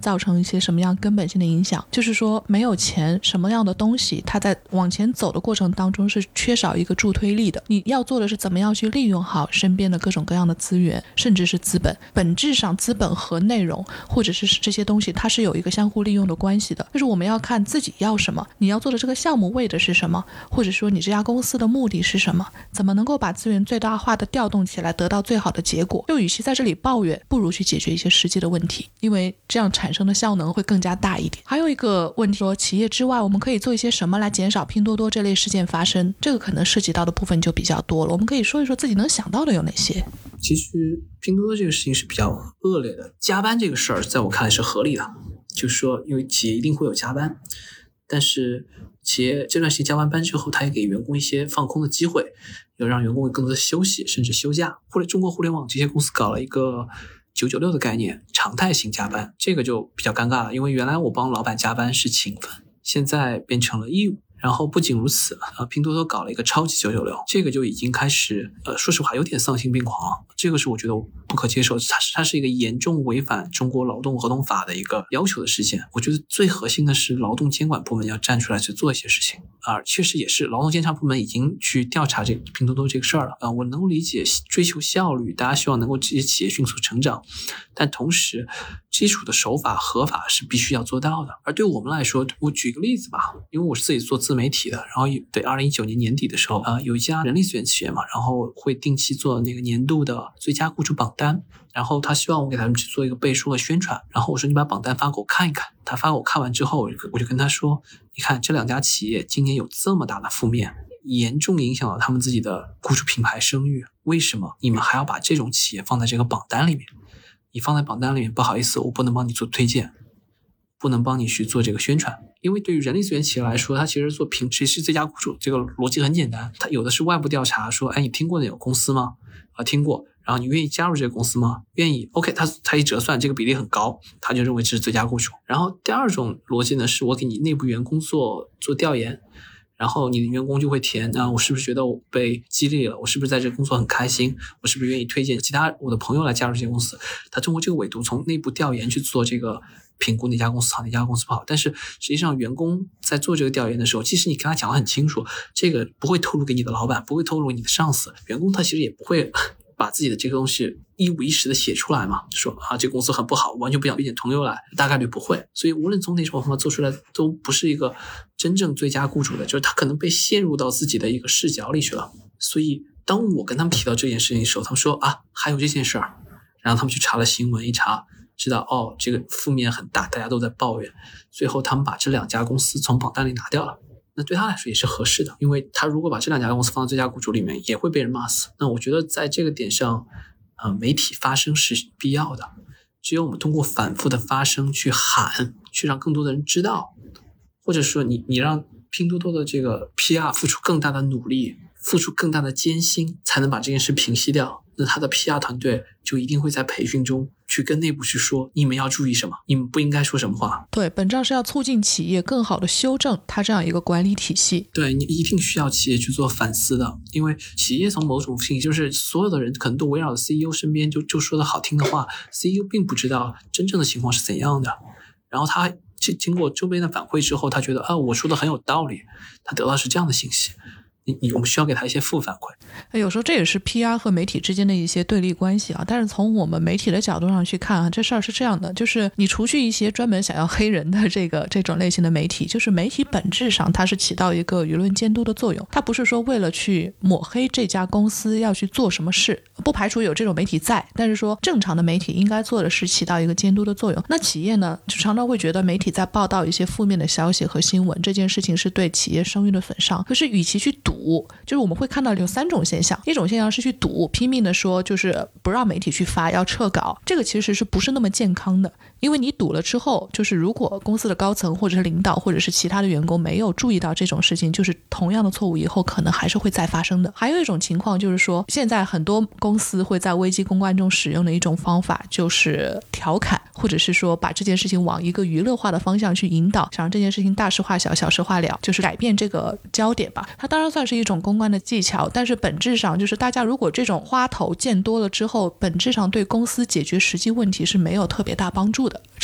[SPEAKER 1] 些什么样根本性的影响，就是说没有钱，什么样的东西它在往前走的过程当中是缺少一个助推力的。你要做的是怎么样去利用好身边的各种各样的资源，甚至是资本。本质上资本和内容或者是这些东西它是有一个相互利用的关系的，就是我们要看自己要什么，你要做的这个项目为的是什么，或者说你这家公司的目的是什么，怎么能够把资源最大化的调动起来，得到最好的结果。就与其在这里抱怨，不如去解决一些实际的问题，因为这样产生的效能会更加大一点。还有一个问题说，企业之外我们可以做一些什么来减少拼多多这类事件发生，这个可能涉及到的部分就比较多了，我们可以说一说自己能想到的有哪些。
[SPEAKER 2] 其实拼多多这个事情是比较恶劣的，加班这个事儿在我看来是合理的，就是说因为企业一定会有加班，但是企业这段时间加完班之后，他也给员工一些放空的机会，有让员工更多的休息甚至休假。或者中国互联网这些公司搞了一个九九六的概念，常态性加班，这个就比较尴尬了，因为原来我帮老板加班是情分，现在变成了义务。然后不仅如此，呃，拼多多搞了一个超级九九六，这个就已经开始，呃，说实话有点丧心病狂了。这个是我觉得不可接受，它是它是一个严重违反中国劳动合同法的一个要求的事件。我觉得最核心的是劳动监管部门要站出来去做一些事情啊，确实也是劳动监察部门已经去调查这拼多多这个事儿了啊。我能够理解追求效率，大家希望能够这些企业迅速成长，但同时基础的守法合法是必须要做到的。而对我们来说，我举个例子吧，因为我是自己做自媒体的，然后对二零一九年年底的时候啊、呃，有一家人力资源企业嘛，然后会定期做那个年度的最佳雇主榜单，然后他希望我给他们去做一个背书和宣传，然后我说你把榜单发给我看一看，他发给我看完之后，我就我就跟他说，你看这两家企业今年有这么大的负面，严重影响到他们自己的雇主品牌声誉，为什么你们还要把这种企业放在这个榜单里面？你放在榜单里面，不好意思，我不能帮你做推荐，不能帮你去做这个宣传。因为对于人力资源企业来说，它其实做评谁是最佳雇主，这个逻辑很简单，它有的是外部调查说，哎，你听过哪个公司吗？啊，听过，然后你愿意加入这个公司吗？愿意 ，OK， 他他一折算这个比例很高，他就认为这是最佳雇主。然后第二种逻辑呢，是我给你内部员工做做调研，然后你的员工就会填啊，我是不是觉得我被激励了？我是不是在这个工作很开心？我是不是愿意推荐其他我的朋友来加入这些公司？他通过这个维度从内部调研去做这个评估，哪家公司好，哪家公司不好。但是实际上员工在做这个调研的时候，即使你跟他讲得很清楚，这个不会透露给你的老板，不会透露给你的上司，员工他其实也不会把自己的这个东西一五一十的写出来嘛，说啊这个公司很不好，完全不想推荐朋友来，大概率不会。所以无论从哪种方法做出来，都不是一个真正最佳雇主的，就是他可能被陷入到自己的一个视角里去了。所以当我跟他们提到这件事情的时候，他们说啊还有这件事儿，然后他们去查了新闻，一查知道哦这个负面很大，大家都在抱怨，最后他们把这两家公司从榜单里拿掉了。那对他来说也是合适的，因为他如果把这两家公司放到最佳雇主里面，也会被人骂死。那我觉得在这个点上，呃，媒体发声是必要的。只有我们通过反复的发声去喊，去让更多的人知道，或者说你你让拼多多的这个 P R 付出更大的努力，付出更大的艰辛，才能把这件事平息掉。那他的 P R 团队就一定会在培训中去跟内部去说，你们要注意什么，你们不应该说什么话。
[SPEAKER 1] 对，本质上是要促进企业更好的修正它这样一个管理体系。
[SPEAKER 2] 对，你一定需要企业去做反思的，因为企业从某种性就是所有的人可能都围绕着 C E O 身边，就就说的好听的话 ，C E O 并不知道真正的情况是怎样的。然后他经过周边的反馈之后，他觉得啊，我说的很有道理，他得到是这样的信息。你你我们需要给他一些负反馈。
[SPEAKER 1] 有时候这也是 P R 和媒体之间的一些对立关系啊。但是从我们媒体的角度上去看啊，这事儿是这样的，就是你除去一些专门想要黑人的这个这种类型的媒体，就是媒体本质上它是起到一个舆论监督的作用，它不是说为了去抹黑这家公司要去做什么事，不排除有这种媒体在，但是说正常的媒体应该做的是起到一个监督的作用。那企业呢，就常常会觉得媒体在报道一些负面的消息和新闻，这件事情是对企业声誉的损伤。可是与其去赌，就是我们会看到有三种现象，一种现象是去赌，拼命的说就是不让媒体去发，要撤稿，这个其实是不是那么健康的，因为你赌了之后，就是如果公司的高层或者是领导或者是其他的员工没有注意到这种事情，就是同样的错误以后可能还是会再发生的。还有一种情况就是说，现在很多公司会在危机公关中使用的一种方法就是调侃，或者是说把这件事情往一个娱乐化的方向去引导，想让这件事情大事化小，小事化了，就是改变这个焦点吧。它当然算是一种公关的技巧，但是本质上就是大家如果这种花头见多了之后，本质上对公司解决实际问题是没有特别大帮助的。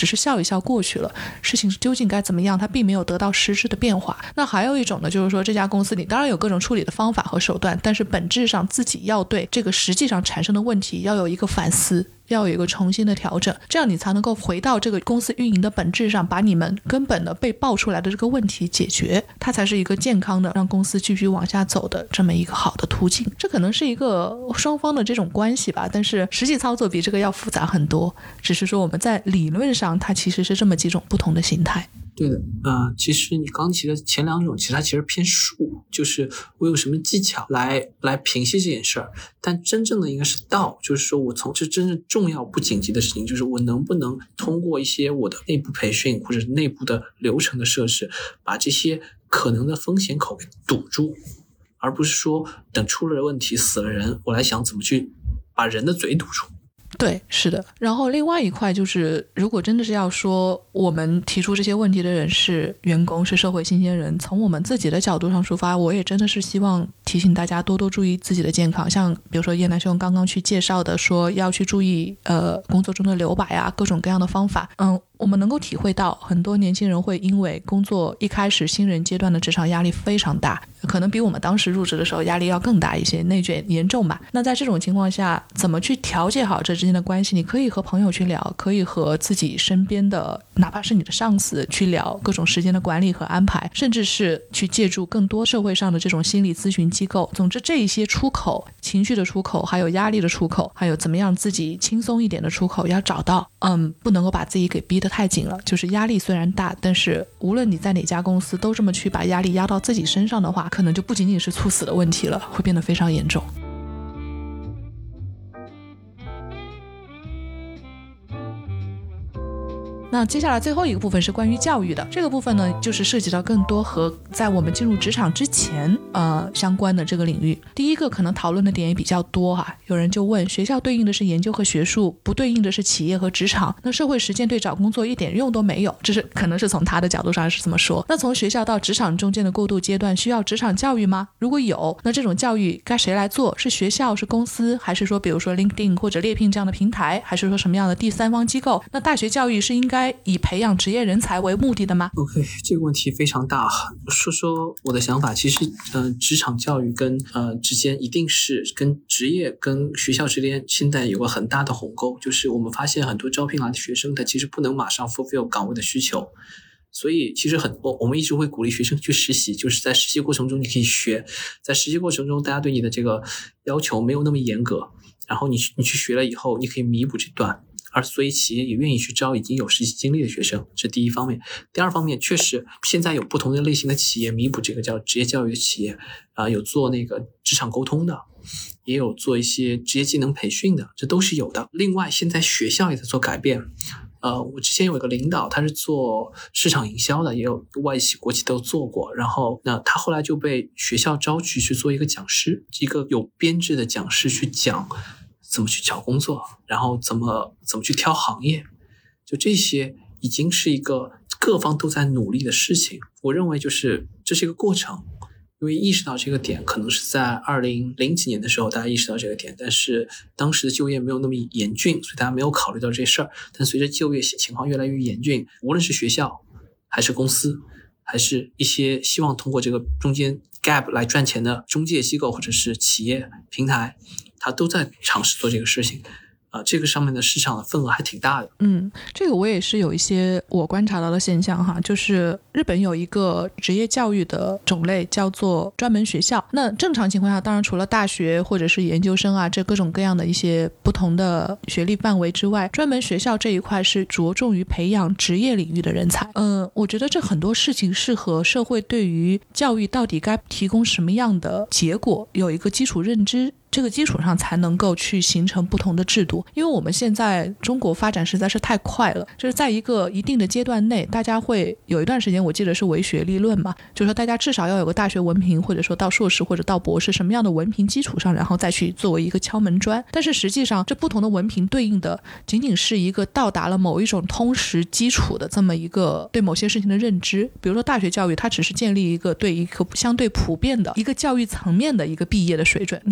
[SPEAKER 1] 只是笑一笑过去了，事情究竟该怎么样它并没有得到实质的变化。那还有一种呢，就是说这家公司你当然有各种处理的方法和手段，但是本质上自己要对这个实际上产生的问题要有一个反思，要有一个重新的调整，这样你才能够回到这个公司运营的本质上，把你们根本的被爆出来的这个问题解决，它才是一个健康的让公司继续往下走的这么一个好的途径。这可能是一个双方的这种关系吧，但是实际操作比这个要复杂很多，只是说我们在理论上它其实是这么几种不同的形态。
[SPEAKER 2] 对的，呃，其实你刚提的前两种，其实它其实偏术，就是我有什么技巧来来平息这件事儿。但真正的应该是道，就是说我从这真正重要不紧急的事情，就是我能不能通过一些我的内部培训或者内部的流程的设置，把这些可能的风险口给堵住，而不是说等出了问题死了人，我来想怎么去把人的嘴堵住。
[SPEAKER 1] 对，是的。然后另外一块就是，如果真的是要说我们提出这些问题的人是员工，是社会新鲜人，从我们自己的角度上出发，我也真的是希望提醒大家多多注意自己的健康。像比如说叶南兄刚刚去介绍的，说要去注意呃工作中的留白啊，各种各样的方法。嗯，我们能够体会到很多年轻人会因为工作一开始新人阶段的职场压力非常大，可能比我们当时入职的时候压力要更大一些，内卷严重吧。那在这种情况下，怎么去调节好这之间的关系？你可以和朋友去聊，可以和自己身边的哪怕是你的上司去聊各种时间的管理和安排，甚至是去借助更多社会上的这种心理咨询机构。总之这一些出口，情绪的出口，还有压力的出口，还有怎么样自己轻松一点的出口要找到。嗯，不能够把自己给逼得太紧了，就是压力虽然大，但是无论你在哪家公司都这么去把压力压到自己身上的话，可能就不仅仅是猝死的问题了，会变得非常严重。那接下来最后一个部分是关于教育的，这个部分呢就是涉及到更多和在我们进入职场之前呃相关的这个领域。第一个可能讨论的点也比较多哈，有人就问学校对应的是研究和学术，不对应的是企业和职场，那社会实践对找工作一点用都没有，这是可能是从他的角度上是这么说。那从学校到职场中间的过渡阶段需要职场教育吗？如果有，那这种教育该谁来做？是学校，是公司，还是说比如说 LinkedIn 或者猎聘这样的平台，还是说什么样的第三方机构？那大学教育是应该以培养职业人才为目的的吗？
[SPEAKER 2] OK， 这个问题非常大。说说我的想法，其实呃，职场教育跟呃之间一定是跟职业跟学校之间现在有个很大的鸿沟，就是我们发现很多招聘来的学生他其实不能马上 fulfill 岗位的需求，所以其实很我我们一直会鼓励学生去实习，就是在实习过程中你可以学，在实习过程中大家对你的这个要求没有那么严格，然后你你去学了以后你可以弥补这段，而所以企业也愿意去招已经有实习经历的学生，这第一方面。第二方面，确实现在有不同的类型的企业弥补这个叫职业教育的企业啊、呃，有做那个职场沟通的，也有做一些职业技能培训的，这都是有的。另外现在学校也在做改变，呃，我之前有一个领导他是做市场营销的，也有外企国企都做过，然后那他后来就被学校招去去做一个讲师，一个有编制的讲师去讲怎么去找工作，然后怎么怎么去挑行业，就这些已经是一个各方都在努力的事情。我认为就是这是一个过程，因为意识到这个点可能是在二零零几年的时候大家意识到这个点，但是当时的就业没有那么严峻，所以大家没有考虑到这事儿。但随着就业情况越来越严峻，无论是学校还是公司还是一些希望通过这个中间 gap 来赚钱的中介机构或者是企业平台，他都在尝试做这个事情。呃，这个上面的市场的份额还挺大的。
[SPEAKER 1] 嗯，这个我也是有一些我观察到的现象哈，就是日本有一个职业教育的种类叫做专门学校。那正常情况下，当然除了大学或者是研究生啊，这各种各样的一些不同的学历范围之外，专门学校这一块是着重于培养职业领域的人才。嗯、呃，我觉得这很多事情是和社会对于教育到底该提供什么样的结果有一个基础认知，这个基础上才能够去形成不同的制度。因为我们现在中国发展实在是太快了，就是在一个一定的阶段内，大家会有一段时间我记得是唯学历论嘛，就是说大家至少要有个大学文凭，或者说到硕士或者到博士什么样的文凭基础上，然后再去作为一个敲门砖。但是实际上这不同的文凭对应的仅仅是一个到达了某一种通识基础的这么一个对某些事情的认知。比如说大学教育它只是建立一个对一个相对普遍的一个教育层面的一个毕业的水准，你也不能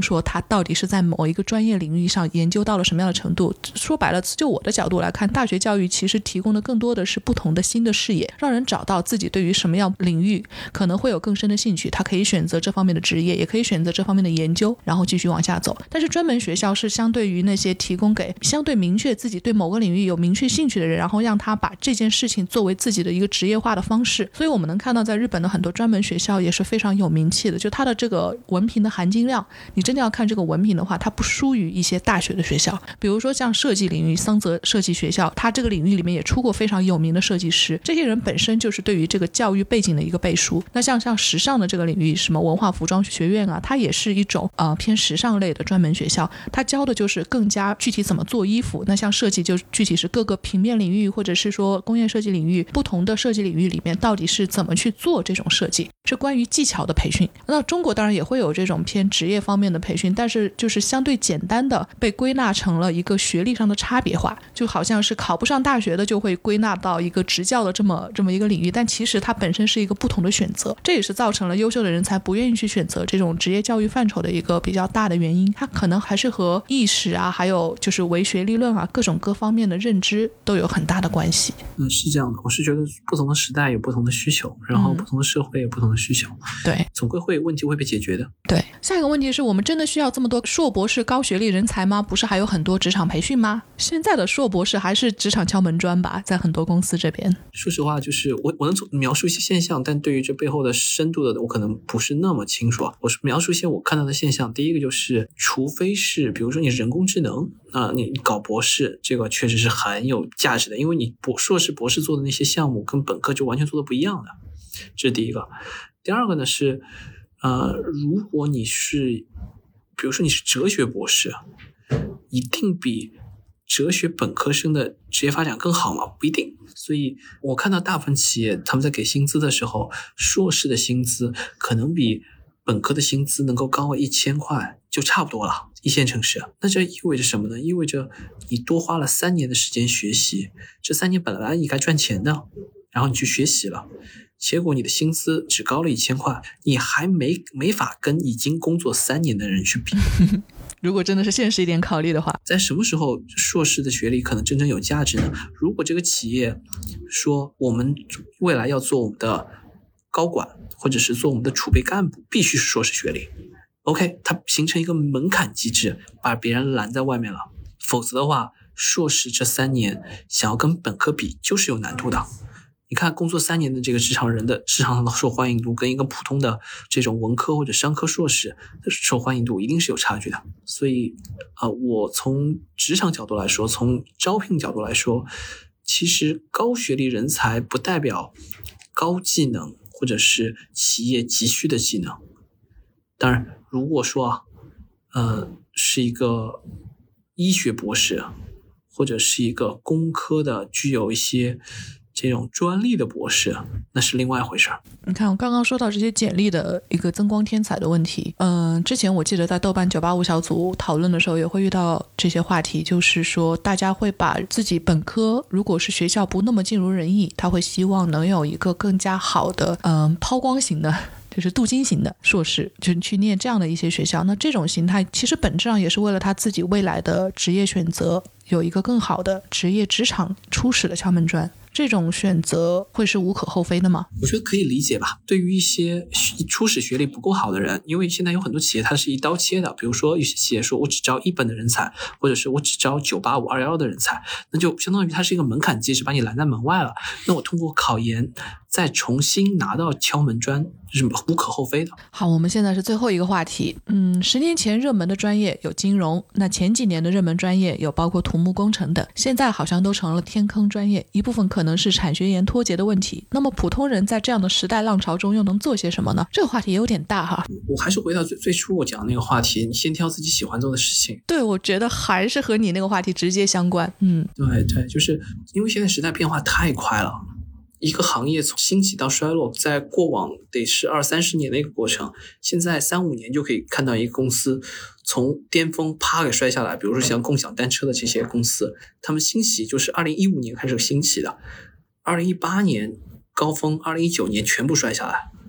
[SPEAKER 1] 说他到底是在某一个专业领域上研究到了什么样的程度。说白了，就我的角度来看，大学教育其实提供的更多的是不同的新的视野，让人找到自己对于什么样领域可能会有更深的兴趣，他可以选择这方面的职业，也可以选择这方面的研究，然后继续往下走。但是专门学校是相对于那些提供给相对明确自己对某个领域有明确兴趣的人，然后让他把这件事情作为自己的一个职业化的方式。所以我们能看到在日本的很多专门学校也是非常有名气的，就它的这个文凭的含金量，你真的要看这个文凭的话，它不输于一些大学的学校。比如说像设计领域，桑泽设计学校，它这个领域里面也出过非常有名的设计师，这些人本身就是对于这个教育背景的一个背书。那像像时尚的这个领域，什么文化服装学院啊，它也是一种呃偏时尚类的专门学校，它教的就是更加具体怎么做衣服。那像设计就具体是各个平面领域或者是说工业设计领域，不同的设计领域里面到底是怎么去做这种设计，是关于技巧的培训。那中国当然也会有这种偏职业方面的培训，但是就是相对简单的被归纳成了一个学历上的差别化，就好像是考不上大学的就会归纳到一个职教的这么这么一个领域，但其实它本身是一个不同的选择。这也是造成了优秀的人才不愿意去选择这种职业教育范畴的一个比较大的原因。它可能还是和意识啊，还有就是唯学历论啊，各种各方面的认知都有很大的关系。
[SPEAKER 2] 嗯，是这样的，我是觉得不同的时代有不同的需求，然后不同的社会有不同的需求，嗯、
[SPEAKER 1] 对，
[SPEAKER 2] 总归会问题会被解决的。
[SPEAKER 1] 对，下一个问题是我们真的需要这么多硕博士高学历人才吗？不是还有很多职场培训吗？现在的硕博士还是职场敲门砖吧，在很多公司这边。
[SPEAKER 2] 说实话，就是我我能描述一些现象，但对于这背后的深度的我可能不是那么清楚。我是描述一些我看到的现象。第一个就是，除非是比如说你人工智能啊、呃，你搞博士，这个确实是很有价值的，因为你博硕士博士做的那些项目跟本科就完全做的不一样的，这是第一个。第二个呢是，呃，如果你是，比如说你是哲学博士，一定比哲学本科生的职业发展更好吗？不一定。所以我看到大部分企业他们在给薪资的时候，硕士的薪资可能比本科的薪资能够高个一千块就差不多了，一线城市。那这意味着什么呢？意味着你多花了三年的时间学习，这三年本来你该赚钱的，然后你去学习了，结果你的薪资只高了一千块，你还没没法跟已经工作三年的人去比。
[SPEAKER 1] 如果真的是现实一点考虑的话，
[SPEAKER 2] 在什么时候硕士的学历可能真正有价值呢？如果这个企业说我们未来要做我们的高管，或者是做我们的储备干部，必须是硕士学历 OK， 它形成一个门槛机制，把别人拦在外面了。否则的话，硕士这三年想要跟本科比就是有难度的。你看工作三年的这个职场人的市场上的受欢迎度跟一个普通的这种文科或者商科硕士的受欢迎度一定是有差距的。所以呃，我从职场角度来说，从招聘角度来说，其实高学历人才不代表高技能或者是企业急需的技能。当然如果说啊呃，是一个医学博士或者是一个工科的具有一些这种专利的博士，那是另外一回事。
[SPEAKER 1] 你看我刚刚说到这些简历的一个增光添彩的问题，嗯、呃，之前我记得在豆瓣九八五小组讨论的时候也会遇到这些话题，就是说大家会把自己本科如果是学校不那么尽如人意，他会希望能有一个更加好的嗯、呃、抛光型的，就是镀金型的硕士，就去念这样的一些学校。那这种形态其实本质上也是为了他自己未来的职业选择有一个更好的职业职场初始的敲门砖。这种选择会是无可厚非的吗？
[SPEAKER 2] 我觉得可以理解吧。对于一些初始学历不够好的人，因为现在有很多企业它是一刀切的，比如说有些企业说我只招一本的人才，或者是我只招九八五二幺的人才，那就相当于它是一个门槛机制，把你拦在门外了。那我通过考研再重新拿到敲门砖，是无可厚非的。
[SPEAKER 1] 好，我们现在是最后一个话题。嗯，十年前热门的专业有金融，那前几年的热门专业有包括土木工程等，现在好像都成了天坑专业，一部分可能是产学研脱节的问题。那么普通人在这样的时代浪潮中又能做些什么呢？这个话题也有点大哈。
[SPEAKER 2] 我还是回到最最初我讲的那个话题，你先挑自己喜欢做的事情。
[SPEAKER 1] 对，我觉得还是和你那个话题直接相关。嗯，
[SPEAKER 2] 对对，就是因为现在时代变化太快了。一个行业从兴起到衰落，在过往得是二三十年的一个过程，现在三五年就可以看到一个公司从巅峰啪给摔下来。比如说像共享单车的这些公司，他们兴起就是二零一五年开始兴起的，二零一八年高峰，二零一九年全部摔下来。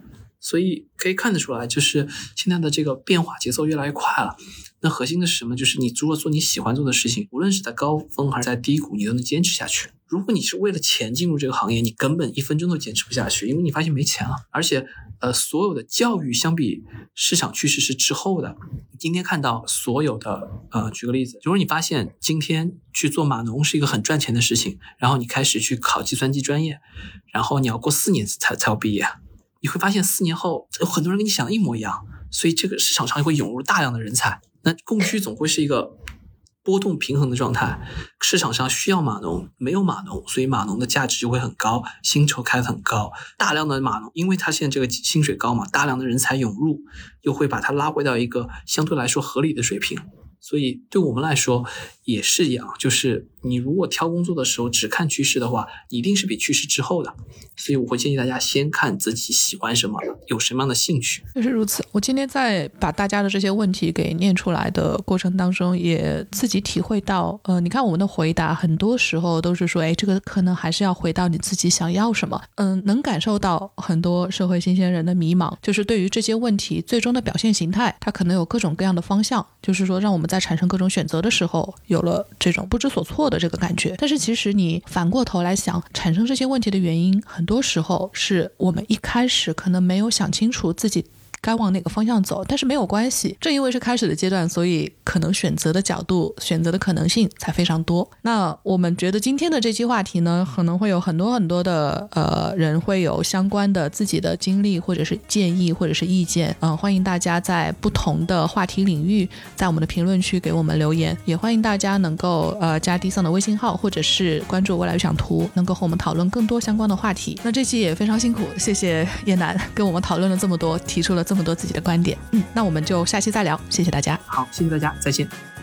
[SPEAKER 2] 所以可以看得出来，就是现在的这个变化节奏越来越快了。那核心的是什么？就是你如果做你喜欢做的事情，无论是在高峰还是在低谷，你都能坚持下去。如果你是为了钱进入这个行业，你根本一分钟都坚持不下去，因为你发现没钱了。而且呃，所有的教育相比市场趋势是滞后的。你今天看到所有的呃，举个例子，如果你发现今天去做码农是一个很赚钱的事情，然后你开始去考计算机专业，然后你要过四年才才要毕业，你会发现四年后有很多人跟你想的一模一样，所以这个市场上会涌入大量的人才。那供需总会是一个波动平衡的状态，市场上需要码农，没有码农，所以码农的价值就会很高，薪酬开得很高，大量的码农，因为他现在这个薪水高嘛，大量的人才涌入，又会把它拉回到一个相对来说合理的水平。所以对我们来说也是一样，就是你如果挑工作的时候只看趋势的话，一定是比趋势滞后的。所以我会建议大家先看自己喜欢什么，有什么样的兴趣。
[SPEAKER 1] 就是如此。我今天在把大家的这些问题给念出来的过程当中，也自己体会到，呃，你看我们的回答很多时候都是说，哎，这个可能还是要回到你自己想要什么。嗯，能感受到很多社会新鲜人的迷茫，就是对于这些问题最终的表现形态，它可能有各种各样的方向，就是说让我们在产生各种选择的时候，有了这种不知所措的这个感觉。但是其实你反过头来想，产生这些问题的原因，很多时候是我们一开始可能没有想清楚自己该往哪个方向走，但是没有关系，正因为是开始的阶段，所以可能选择的角度、选择的可能性才非常多。那我们觉得今天的这期话题呢，可能会有很多很多的呃人会有相关的自己的经历，或者是建议，或者是意见。嗯、呃，欢迎大家在不同的话题领域，在我们的评论区给我们留言，也欢迎大家能够呃加 D 桑的微信号，或者是关注未来预想图，能够和我们讨论更多相关的话题。那这期也非常辛苦，谢谢叶楠跟我们讨论了这么多，提出了这么这么多自己的观点。嗯，那我们就下期再聊，谢谢大家。
[SPEAKER 2] 好，谢谢大家，再见。